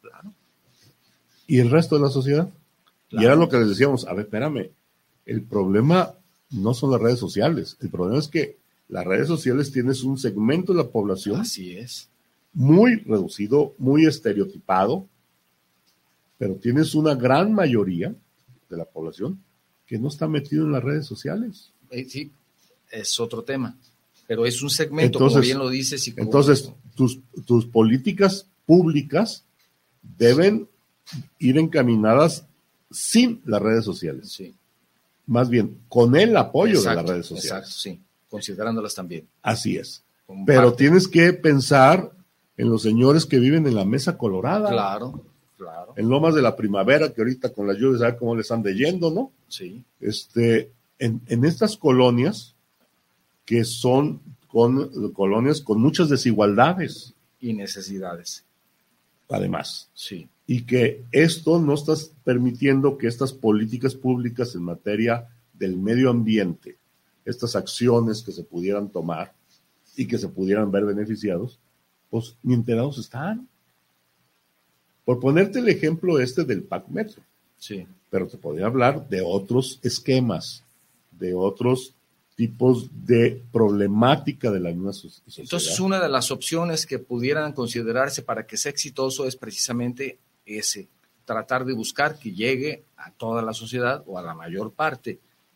¿Y el resto de la sociedad? Claro. Y era lo que les decíamos, a ver, espérame, el problema no son las redes sociales, el problema es que las redes sociales tienes un segmento de la población. Así es. Muy reducido, muy estereotipado, pero tienes una gran mayoría de la población que no está metido en las redes sociales. Sí, es otro tema, pero es un segmento, entonces, como bien lo dices. Y entonces, tus políticas públicas deben ir encaminadas sin las redes sociales. Sí. Más bien, con el apoyo de las redes sociales. Exacto, sí, considerándolas también. Así es. Pero tienes que pensar en los señores que viven en la Mesa Colorada. Claro. En Lomas de la Primavera, que ahorita con las lluvias, ¿sabe cómo les anda yendo, no? Sí. En estas colonias, que son colonias con muchas desigualdades. Y necesidades. Además. Sí. Y que esto no estás permitiendo que estas políticas públicas en materia del medio ambiente, estas acciones que se pudieran tomar y que se pudieran ver beneficiados, pues ni enterados están. Por ponerte el ejemplo del PAC Metro. Sí. Pero te podría hablar de otros esquemas, de otros tipos de problemática de la misma sociedad. Entonces, una de las opciones que pudieran considerarse para que sea exitoso es precisamente tratar de buscar que llegue a toda la sociedad o a la mayor parte.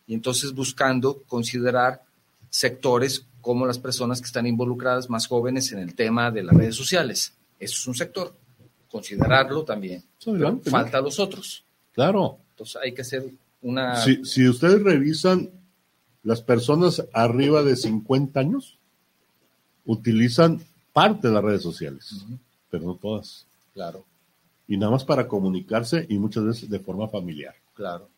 y entonces buscando considerar sectores como las personas que están involucradas, más jóvenes, en el tema de las redes sociales. Eso es un sector, considerarlo también. Pero falta los otros. Claro. Entonces hay que hacer una... Si ustedes revisan, las personas arriba de 50 años utilizan parte de las redes sociales, pero no todas. Claro. Y nada más para comunicarse y muchas veces de forma familiar. Claro.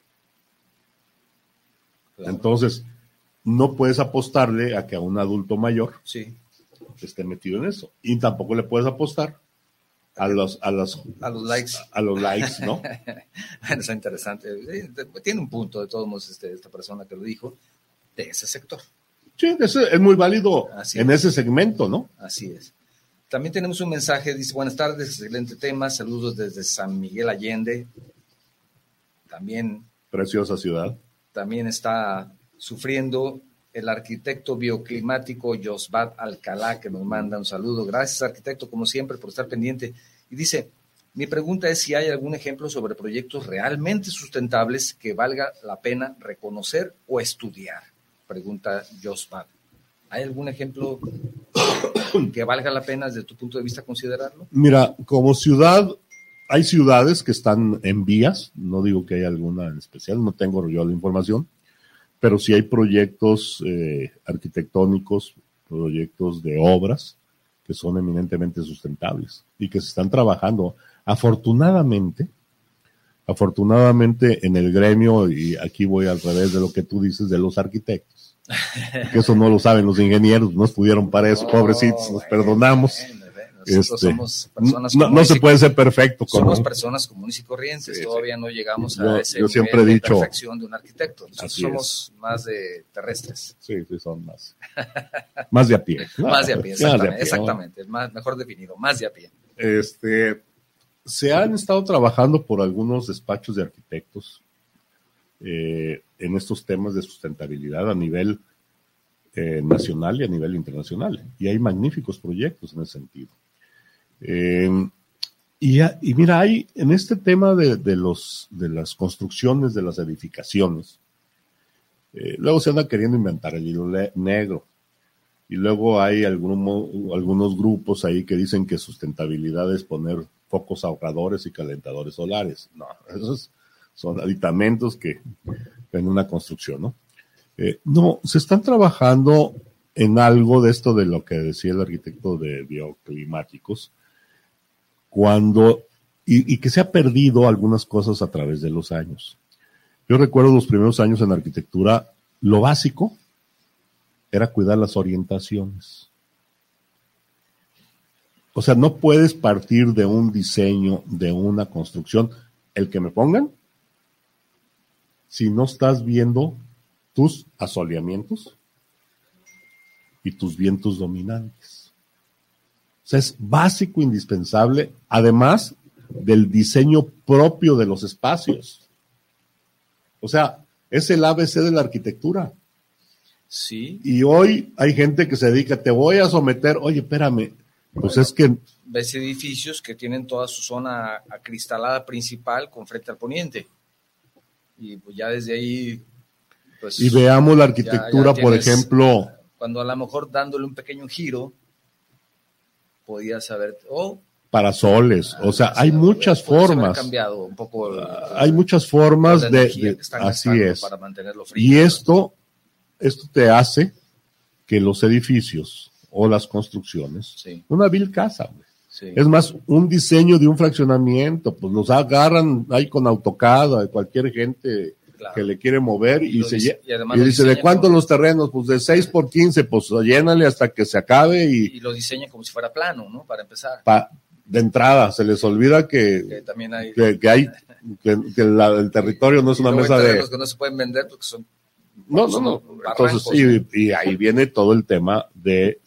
Entonces, no puedes apostarle a que a un adulto mayor esté metido en eso. Y tampoco le puedes apostar a los likes. A los likes, ¿no? Es interesante. Tiene un punto, de todos modos, esta persona que lo dijo, de ese sector. Sí, es muy válido ese segmento, ¿no? Así es. También tenemos un mensaje, dice: buenas tardes, excelente tema, saludos desde San Miguel Allende. También... Preciosa ciudad. También está sufriendo el arquitecto bioclimático Josbat Alcalá, que nos manda un saludo. Gracias, arquitecto, como siempre, por estar pendiente. Y dice: mi pregunta es si hay algún ejemplo sobre proyectos realmente sustentables que valga la pena reconocer o estudiar. Pregunta Josbat. ¿Hay algún ejemplo que valga la pena desde tu punto de vista considerarlo? Mira, como ciudad, hay ciudades que están en vías, no digo que haya alguna en especial, no tengo yo la información, pero sí hay proyectos arquitectónicos, proyectos de obras que son eminentemente sustentables y que se están trabajando. Afortunadamente en el gremio, y aquí voy al revés de lo que tú dices de los arquitectos, que eso no lo saben los ingenieros, no estudiaron para eso, pobrecitos, los perdonamos. Nosotros somos personas no se puede ser perfecto. Somos personas comunes y corrientes, todavía no llegamos a ese nivel de perfección de un arquitecto. Nosotros somos más de terrestres. Sí, son más de a pie. Más de a pie, exactamente, mejor definido, más de a pie. Se han estado trabajando por algunos despachos de arquitectos en estos temas de sustentabilidad a nivel nacional y a nivel internacional. Y hay magníficos proyectos en ese sentido. Y mira, hay en este tema de las construcciones, de las edificaciones, luego se anda queriendo inventar el hilo negro. Y luego hay algunos grupos ahí que dicen que sustentabilidad es poner focos ahorradores y calentadores solares. No, esos son aditamentos que en una construcción, ¿no? No, se están trabajando en algo de esto de lo que decía el arquitecto de bioclimáticos, y que se ha perdido algunas cosas a través de los años. Yo recuerdo los primeros años en arquitectura, lo básico era cuidar las orientaciones. O sea, no puedes partir de un diseño, de una construcción, el que me pongan, si no estás viendo tus asoleamientos y tus vientos dominantes. O sea, es básico, indispensable, además del diseño propio de los espacios. O sea, es el ABC de la arquitectura. Sí. Y hoy hay gente que se dedica, te voy a someter, oye, espérame, pues es que... Ves edificios que tienen toda su zona acristalada principal con frente al poniente. Y pues ya desde ahí... Pues, y veamos la arquitectura, por ejemplo... Cuando a lo mejor dándole un pequeño giro, podías haber... parasoles, o sea, hay muchas formas. Cambiado un poco hay muchas formas de así es. Para mantenerlo frío. Y esto te hace que los edificios o las construcciones, una vil casa, güey. Sí. Es más, un diseño de un fraccionamiento, pues los agarran ahí con AutoCAD, cualquier gente que le quiere mover y dice, ¿de cuánto los terrenos? Pues de 6 por 15, pues llénale hasta que se acabe. Y lo diseña como si fuera plano, ¿no? Para empezar. De entrada, se les olvida que también hay... el territorio no es una mesa de... que no se pueden vender porque son... No. Entonces, y ahí viene todo el tema de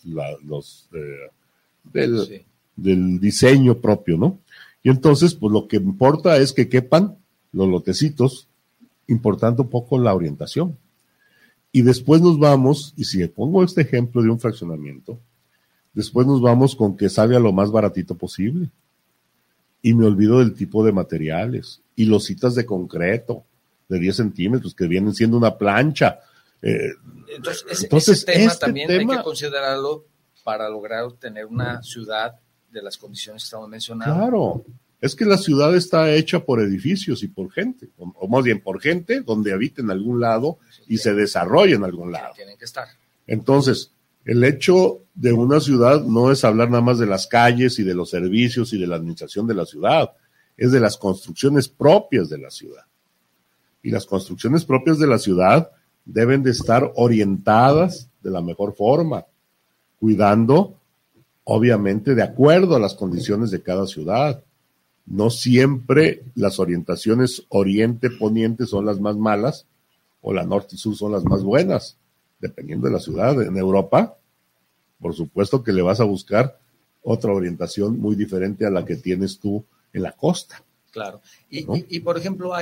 del diseño propio, ¿no? Y entonces, pues lo que importa es que quepan los lotecitos, importando un poco la orientación. Y después nos vamos, y si pongo este ejemplo de un fraccionamiento, después nos vamos con que salga lo más baratito posible. Y me olvido del tipo de materiales y lositas de concreto. de 10 centímetros, que vienen siendo una plancha. Entonces ese tema también hay que considerarlo para lograr obtener una ciudad de las condiciones que estamos mencionando. Claro, es que la ciudad está hecha por edificios y por gente, o más bien por gente donde habita en algún lado y se desarrolla en algún lado. Tienen que estar. Entonces, el hecho de una ciudad no es hablar nada más de las calles y de los servicios y de la administración de la ciudad, es de las construcciones propias de la ciudad. Y las construcciones propias de la ciudad deben de estar orientadas de la mejor forma, cuidando, obviamente, de acuerdo a las condiciones de cada ciudad. No siempre las orientaciones oriente-poniente son las más malas o la norte y sur son las más buenas, dependiendo de la ciudad. En Europa, por supuesto que le vas a buscar otra orientación muy diferente a la que tienes tú en la costa. Claro. ¿No? Y por ejemplo,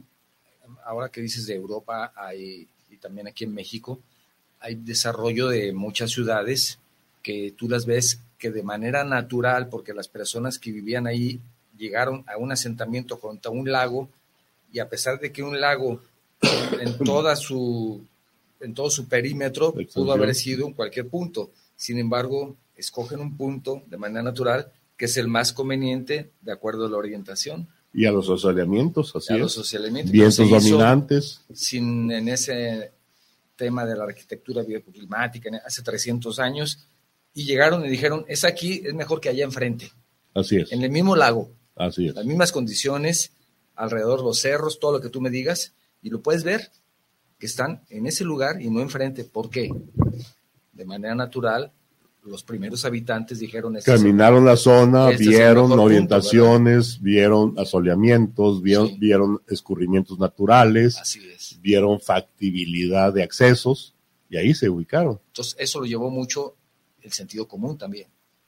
ahora que dices de Europa, y también aquí en México, hay desarrollo de muchas ciudades que tú las ves que de manera natural, porque las personas que vivían ahí llegaron a un asentamiento contra un lago, y a pesar de que un lago en todo su perímetro pudo haber sido en cualquier punto, sin embargo, escogen un punto de manera natural que es el más conveniente de acuerdo a la orientación. Y a los asociamientos, así a es. Los asociamientos. Vientos dominantes. En ese tema de la arquitectura bioclimática hace 300 años, y llegaron y dijeron, es aquí, es mejor que allá enfrente. Así es. En el mismo lago. Así es. Las mismas condiciones, alrededor los cerros, todo lo que tú me digas, y lo puedes ver, que están en ese lugar y no enfrente. ¿Por qué? De manera natural, los primeros habitantes dijeron... Caminaron la zona, vieron orientaciones, punto, vieron asoleamientos, vieron escurrimientos naturales, así es, vieron factibilidad de accesos, y ahí se ubicaron. Entonces, eso lo llevó mucho el sentido común también.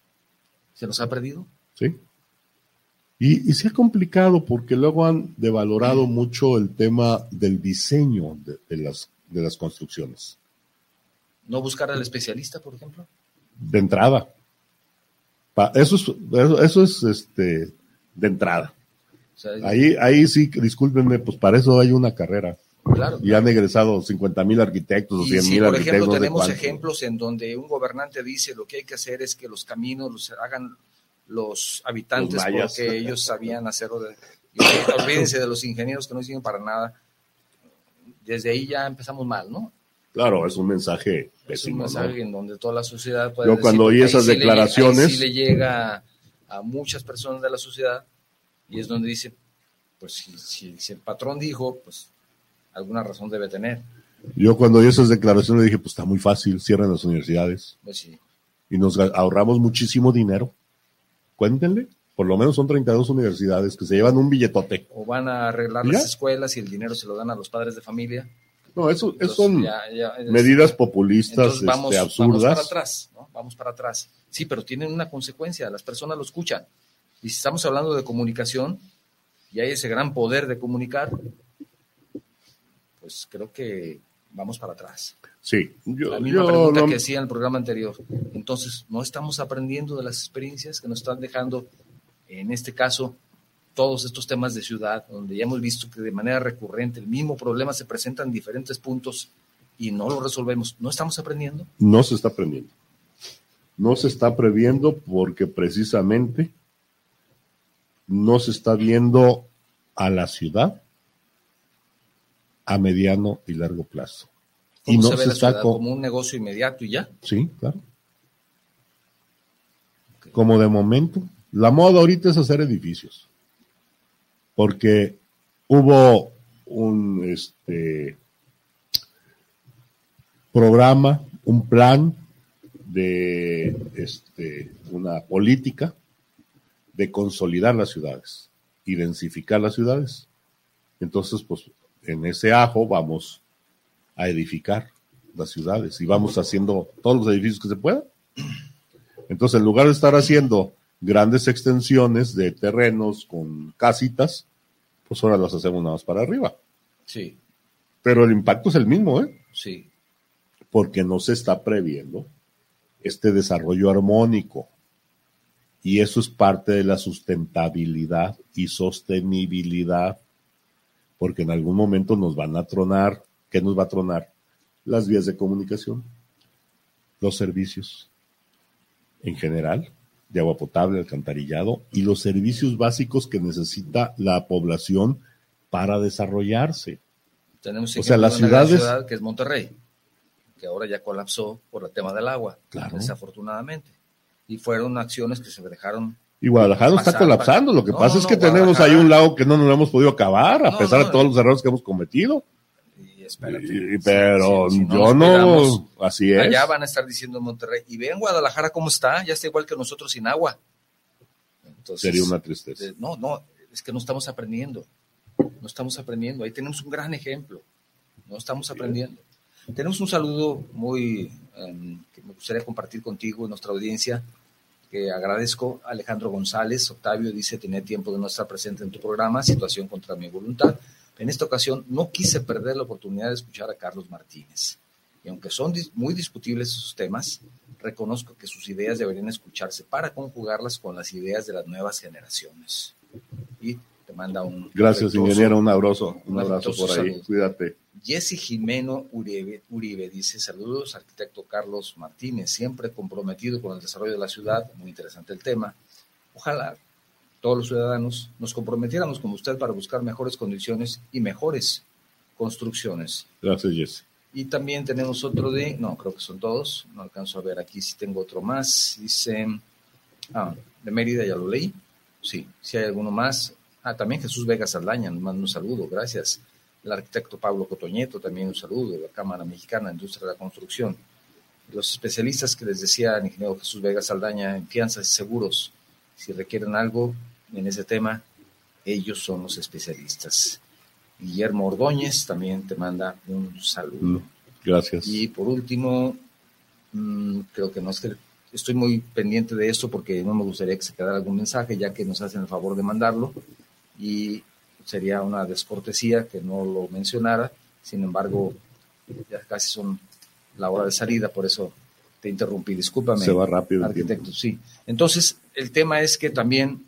¿Se nos ha perdido? Sí. Y se ha complicado porque luego han devalorado mucho el tema del diseño de las construcciones. ¿No buscar al especialista, por ejemplo? De entrada. Eso es de entrada. O sea, ahí sí, discúlpenme, pues para eso hay una carrera. Claro. Y han egresado 50,000 arquitectos o 100,000 arquitectos. Por ejemplo, tenemos ejemplos en donde un gobernante dice lo que hay que hacer es que los caminos los hagan los habitantes porque ellos sabían hacerlo. Olvídense de los ingenieros que no sirven para nada. Desde ahí ya empezamos mal, ¿no? Claro, es un mensaje pésimo. Es un mensaje, ¿no? En donde toda la sociedad puede Yo cuando oí esas declaraciones... sí le llega a muchas personas de la sociedad, y es donde dicen, pues si el patrón dijo, pues alguna razón debe tener. Yo cuando oí esas declaraciones dije, pues está muy fácil, cierren las universidades. Pues sí. Y nos ahorramos muchísimo dinero. Cuéntenle, por lo menos son 32 universidades que se llevan un billetote. O van a arreglar las escuelas y el dinero se lo dan a los padres de familia. No, eso son medidas populistas, absurdas. Vamos para atrás, ¿no? Vamos para atrás. Sí, pero tienen una consecuencia, las personas lo escuchan. Y si estamos hablando de comunicación, y hay ese gran poder de comunicar, pues creo que vamos para atrás. Sí. La misma pregunta que hacía en el programa anterior. Entonces, ¿no estamos aprendiendo de las experiencias que nos están dejando, en este caso, todos estos temas de ciudad, donde ya hemos visto que de manera recurrente el mismo problema se presenta en diferentes puntos y no lo resolvemos? ¿No estamos aprendiendo? No se está aprendiendo. No se está aprendiendo porque precisamente no se está viendo a la ciudad a mediano y largo plazo. ¿Cómo se ve la ciudad? ¿Como un negocio inmediato y ya? Sí, claro. Okay. Como de momento. La moda ahorita es hacer edificios. Porque hubo un programa, un plan de una política de consolidar las ciudades y densificar las ciudades. Entonces, pues, en ese ajo vamos a edificar las ciudades y vamos haciendo todos los edificios que se puedan. Entonces, en lugar de estar haciendo grandes extensiones de terrenos con casitas, pues ahora las hacemos nada más para arriba. Sí. Pero el impacto es el mismo, ¿eh? Sí. Porque no se está previendo este desarrollo armónico. Y eso es parte de la sustentabilidad y sostenibilidad. porque en algún momento nos van a tronar. ¿Qué nos va a tronar? Las vías de comunicación, los servicios en general, de agua potable, alcantarillado, y los servicios básicos que necesita la población para desarrollarse. Tenemos o sea, las ciudades, una ciudad que es Monterrey, que ahora ya colapsó por el tema del agua, claro, desafortunadamente. Y fueron acciones que se dejaron. Y Guadalajara no está colapsando. Lo que pasa es que tenemos ahí un lago que no nos lo hemos podido acabar, a pesar de todos los errores que hemos cometido. Pero si yo no, así es. Allá van a estar diciendo en Monterrey, y vean Guadalajara cómo está, ya está igual que nosotros sin agua. Entonces, sería una tristeza. No, es que no estamos aprendiendo. Ahí tenemos un gran ejemplo. No estamos aprendiendo. Tenemos un saludo muy que me gustaría compartir contigo y nuestra audiencia, que agradezco. Alejandro González, Octavio, dice: tenía tiempo de no estar presente en tu programa, situación contra mi voluntad. En esta ocasión no quise perder la oportunidad de escuchar a Carlos Martínez. Y aunque son muy discutibles sus temas, reconozco que sus ideas deberían escucharse para conjugarlas con las ideas de las nuevas generaciones. Y te manda un... Gracias, ingeniero, un abrazo por ahí, saludo. Cuídate. Jesse Jimeno Uribe dice: saludos, arquitecto Carlos Martínez, siempre comprometido con el desarrollo de la ciudad. Muy interesante el tema. Ojalá todos los ciudadanos nos comprometiéramos como usted para buscar mejores condiciones y mejores construcciones. Gracias, Jesse. Y también tenemos otro creo que son todos, no alcanzo a ver aquí si tengo otro más. Dice, de Mérida, ya lo leí. Sí, si hay alguno más. También Jesús Vega Saldaña nos manda un saludo, gracias. El arquitecto Pablo Cotoñeto, también un saludo, de la Cámara Mexicana de Industria de la Construcción. Los especialistas que les decía el ingeniero Jesús Vega Saldaña en fianzas y seguros, si requieren algo en ese tema, ellos son los especialistas. Guillermo Ordóñez también te manda un saludo. Gracias. Y por último, creo que no es que estoy muy pendiente de esto porque no me gustaría que se quedara algún mensaje, ya que nos hacen el favor de mandarlo, y sería una descortesía que no lo mencionara. Sin embargo, ya casi son la hora de salida, por eso te interrumpí. Discúlpame. Se va rápido, arquitecto, sí. Entonces, el tema es que también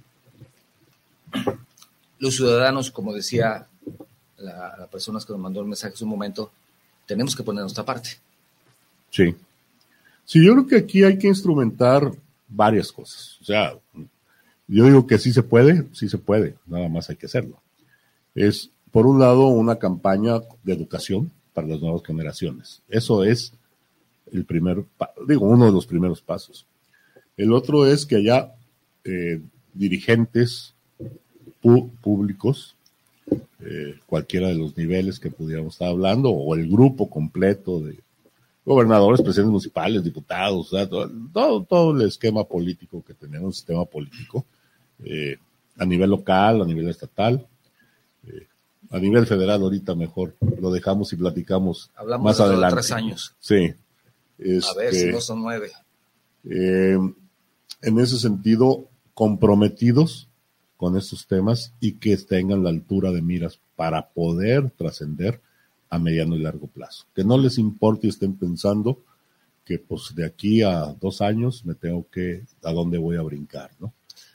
los ciudadanos, como decía la persona que nos mandó el mensaje hace un momento, tenemos que poner nuestra parte. Sí. Sí, yo creo que aquí hay que instrumentar varias cosas. O sea, yo digo que sí se puede, nada más hay que hacerlo. Es, por un lado, una campaña de educación para las nuevas generaciones. Eso es uno de los primeros pasos. El otro es que haya dirigentes públicos, cualquiera de los niveles que pudiéramos estar hablando, o el grupo completo de gobernadores, presidentes municipales, diputados, o sea, todo el esquema político que tenemos, el sistema político, a nivel local, a nivel estatal, a nivel federal. Ahorita mejor lo dejamos y platicamos. Hablamos más adelante. 3 años. Sí. A ver si no son 9. En ese sentido, comprometidos con estos temas y que tengan la altura de miras para poder trascender a mediano y largo plazo. Que no les importe y estén pensando que pues de aquí a 2 años a dónde voy a brincar, ¿no?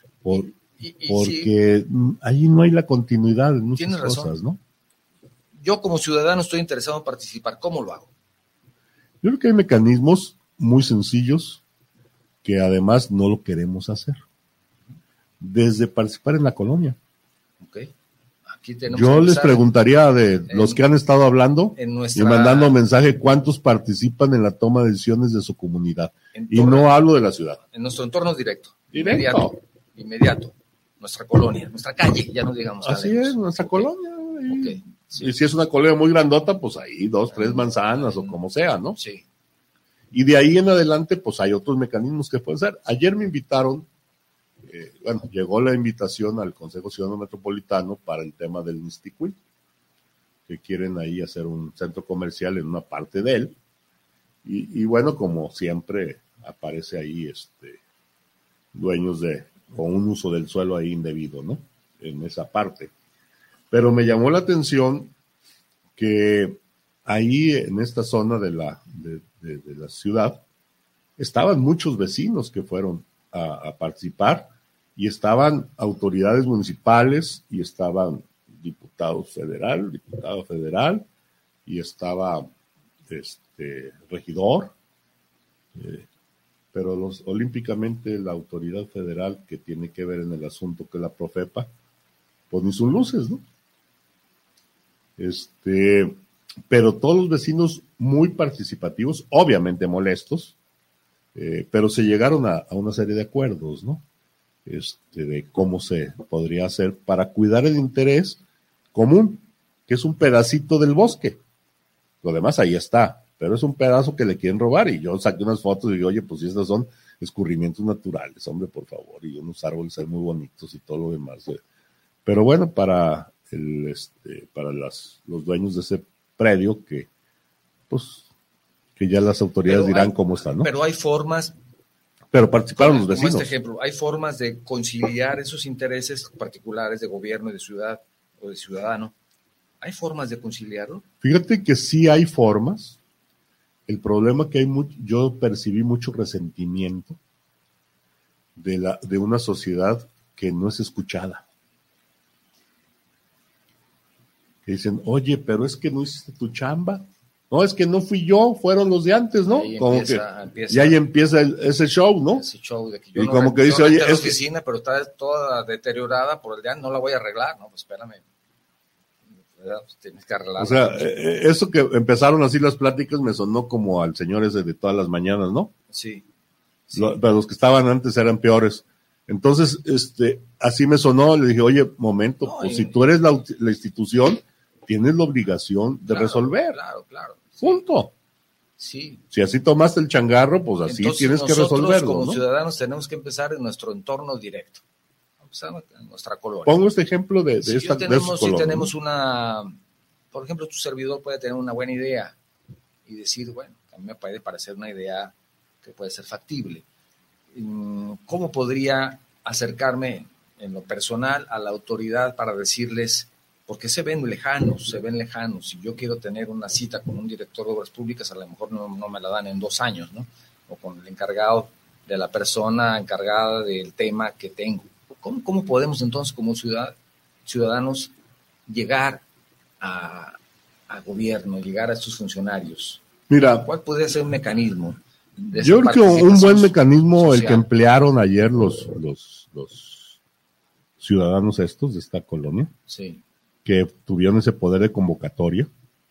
Porque sí, ahí no hay la continuidad en muchas cosas, ¿no? Yo como ciudadano estoy interesado en participar. ¿Cómo lo hago? Yo creo que hay mecanismos muy sencillos que además no lo queremos hacer. Desde participar en la colonia. Okay. Aquí tenemos Yo les preguntaría los que han estado hablando y mandando mensaje, ¿cuántos participan en la toma de decisiones de su comunidad? Y no hablo de la ciudad. En nuestro entorno directo. Inmediato. Nuestra colonia, nuestra calle, ya no digamos. Así es, nuestra colonia. Sí. Y si es una colonia muy grandota, pues ahí 2, 3 manzanas o como sea, ¿no? Sí. Y de ahí en adelante, pues hay otros mecanismos que pueden ser. Ayer me invitaron, llegó la invitación al Consejo Ciudadano Metropolitano para el tema del Mixtiquil, que quieren ahí hacer un centro comercial en una parte de él. Y bueno, como siempre, aparece ahí dueños con un uso del suelo ahí indebido, ¿no? En esa parte. Pero me llamó la atención que ahí en esta zona de la ciudad estaban muchos vecinos que fueron a participar y estaban autoridades municipales y estaban diputada federal, y estaba regidor, pero olímpicamente la autoridad federal que tiene que ver en el asunto, que es la Profepa, pues ni sus luces, ¿no? Pero todos los vecinos muy participativos, obviamente molestos, pero se llegaron a una serie de acuerdos, ¿no? De cómo se podría hacer para cuidar el interés común, que es un pedacito del bosque. Lo demás ahí está, pero es un pedazo que le quieren robar, y yo saqué unas fotos y digo, oye, pues si estos son escurrimientos naturales, hombre, por favor, y unos árboles muy bonitos y todo lo demás. Pero bueno, para los dueños de ese predio, que ya las autoridades dirán cómo están, ¿no? Pero hay formas. Pero participaron los vecinos. Como este ejemplo, hay formas de conciliar esos intereses particulares de gobierno y de ciudad o de ciudadano. ¿Hay formas de conciliarlo? Fíjate que sí hay formas. El problema que yo percibí mucho resentimiento de una sociedad que no es escuchada. Que dicen, oye, pero es que no hiciste tu chamba. No, es que no fui yo, fueron los de antes, ¿no? Y ahí empieza ese show, ¿no? Ese show de que yo y no como que dice, oye, la oficina, pero está toda deteriorada por el día, no la voy a arreglar, no, pues espérame. Pues tienes que arreglarla. O sea, eso que empezaron así las pláticas me sonó como al señor ese de todas las mañanas, ¿no? Sí. Pero los que estaban antes eran peores. Entonces, así me sonó, le dije, oye, momento, pues si tú eres la institución, tienes la obligación de resolver. Claro. Punto. Sí. Si así tomaste el changarro, pues así entonces, tienes que resolverlo. Como ¿no? ciudadanos tenemos que empezar en nuestro entorno directo. En nuestra colonia. Pongo este ejemplo de si esta tenemos, colonia, si tenemos por ejemplo, tu servidor puede tener una buena idea y decir, bueno, a mí me puede parecer una idea que puede ser factible. ¿Cómo podría acercarme en lo personal a la autoridad para decirles, porque se ven lejanos, si yo quiero tener una cita con un director de obras públicas, a lo mejor no me la dan en 2 años, ¿no? O con el encargado de la persona encargada del tema que tengo. ¿Cómo podemos entonces como ciudadanos llegar a gobierno, llegar a estos funcionarios? Mira, ¿cuál podría ser un mecanismo? Yo creo que un buen mecanismo social, el que emplearon ayer los ciudadanos estos de esta colonia, sí, que tuvieron ese poder de convocatoria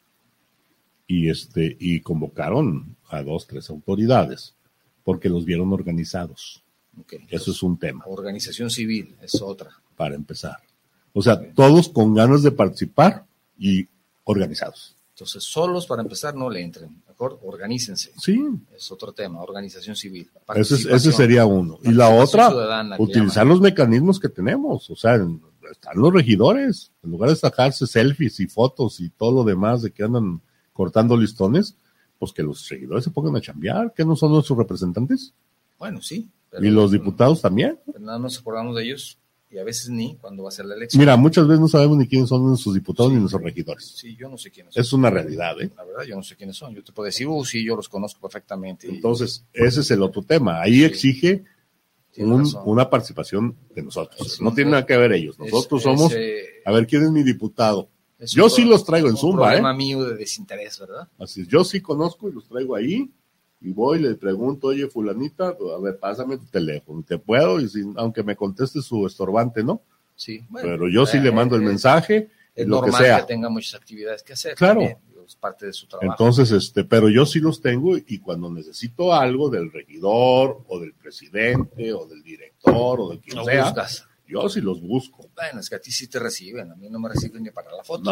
y convocaron a 2, 3 autoridades porque los vieron organizados. Okay. Eso es un tema. Organización civil es otra. Para empezar. O sea, todos con ganas de participar y organizados. Entonces, solos para empezar no le entren. Mejor organícense. Sí. Es otro tema, organización civil. Ese sería uno. Y la otra, utilizar los mecanismos que tenemos. O sea, están los regidores. En lugar de sacarse selfies y fotos y todo lo demás de que andan cortando listones, pues que los regidores se pongan a chambear, que no son nuestros representantes. Bueno, sí. Pero, y los diputados también. Pero nada nos acordamos de ellos y a veces ni cuando va a ser la elección. Mira, muchas veces no sabemos ni quiénes son nuestros diputados ni nuestros regidores. Sí, yo no sé quiénes son. Es una realidad, ¿eh? La verdad, yo no sé quiénes son. Yo te puedo decir, sí, yo los conozco perfectamente. Entonces, ese es el otro tema. Ahí exige una participación de nosotros. No tiene nada que ver ellos. Nosotros somos, a ver, ¿quién es mi diputado? Yo sí los traigo en Zumba, un problema mío de desinterés, ¿verdad? Así es, yo sí conozco y los traigo ahí. Y voy y le pregunto, oye, fulanita, a ver, pásame tu teléfono, ¿te puedo? Y aunque me conteste su estorbante, ¿no? Sí. Bueno, pero yo sí le mando el mensaje, es lo normal que sea. Que tenga muchas actividades que hacer. Claro. También, es parte de su trabajo. Entonces, pero yo sí los tengo y cuando necesito algo del regidor o del presidente o del director o de quien sea, buscas. Yo sí los busco. Bueno, es que a ti sí te reciben, a mí no me reciben ni para la foto.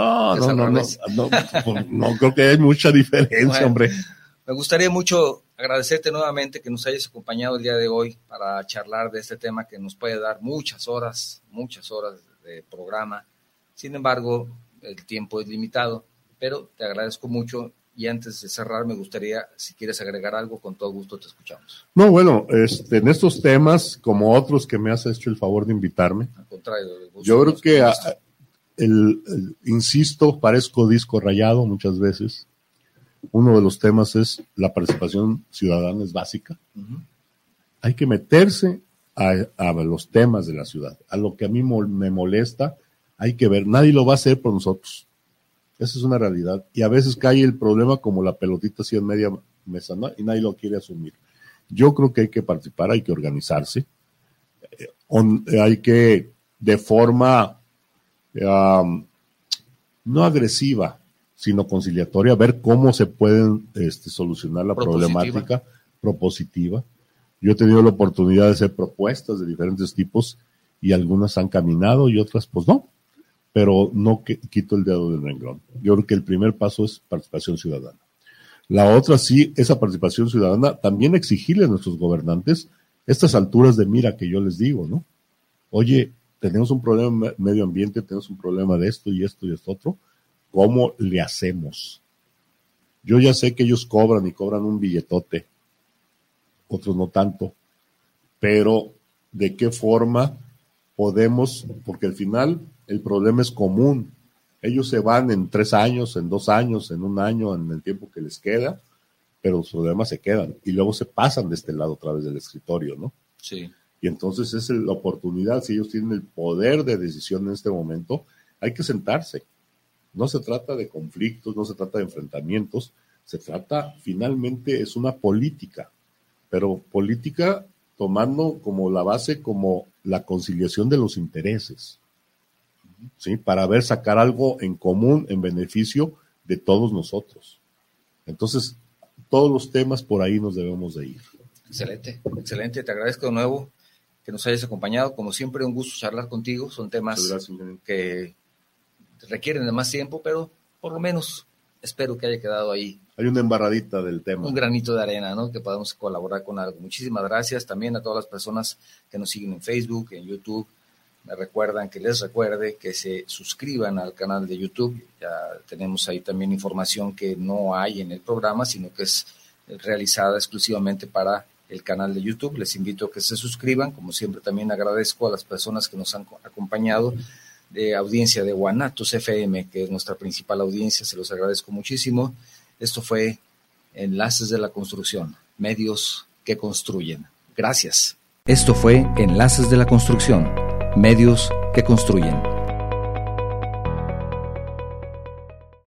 No creo que hay mucha diferencia, hombre. Me gustaría mucho agradecerte nuevamente que nos hayas acompañado el día de hoy para charlar de este tema que nos puede dar muchas horas de programa. Sin embargo, el tiempo es limitado, pero te agradezco mucho y antes de cerrar me gustaría, si quieres agregar algo, con todo gusto te escuchamos. No, bueno, en estos temas, como otros que me has hecho el favor de invitarme, al contrario, yo creo que, insisto, parezco disco rayado muchas veces. Uno de los temas es la participación ciudadana, es básica. Uh-huh. Hay que meterse a los temas de la ciudad, a lo que a mí me molesta hay que ver, nadie lo va a hacer por nosotros. Esa es una realidad. Y a veces cae el problema como la pelotita así en media mesa, ¿no? Y nadie lo quiere asumir. Yo creo que hay que participar, hay que organizarse. Hay que, de forma no agresiva, sino conciliatoria, ver cómo se pueden solucionar la problemática propositiva. Yo he tenido la oportunidad de hacer propuestas de diferentes tipos y algunas han caminado y otras pues no, pero no quito el dedo del renglón. Yo creo que el primer paso es participación ciudadana. La otra sí, esa participación ciudadana, también exigirle a nuestros gobernantes estas alturas de mira que yo les digo, ¿no? Oye, tenemos un problema medio ambiente, tenemos un problema de esto y esto y esto otro, ¿cómo le hacemos? Yo ya sé que ellos cobran y cobran un billetote, otros no tanto, pero ¿de qué forma podemos? Porque al final el problema es común. Ellos se van en 3 años, en 2 años, en 1 año, en el tiempo que les queda, pero los problemas se quedan y luego se pasan de este lado a través del escritorio, ¿no? Sí. Y entonces es la oportunidad, si ellos tienen el poder de decisión en este momento, hay que sentarse. No se trata de conflictos, no se trata de enfrentamientos, se trata, finalmente, es una política, pero política tomando como la base, como la conciliación de los intereses, ¿sí? Para ver sacar algo en común, en beneficio de todos nosotros. Entonces, todos los temas por ahí nos debemos de ir. Excelente, excelente. Te agradezco de nuevo que nos hayas acompañado. Como siempre, un gusto charlar contigo. Son temas que requieren de más tiempo, pero por lo menos espero que haya quedado ahí. Hay una embarradita del tema. Un granito de arena, ¿no? Que podamos colaborar con algo. Muchísimas gracias también a todas las personas que nos siguen en Facebook, en YouTube. Me recuerdan que les recuerde que se suscriban al canal de YouTube. Ya tenemos ahí también información que no hay en el programa, sino que es realizada exclusivamente para el canal de YouTube. Les invito a que se suscriban. Como siempre, también agradezco a las personas que nos han acompañado de audiencia de Guanatos FM, que es nuestra principal audiencia. Se los agradezco muchísimo. Esto fue Enlaces de la Construcción, medios que construyen. Gracias. Esto fue Enlaces de la Construcción, medios que construyen.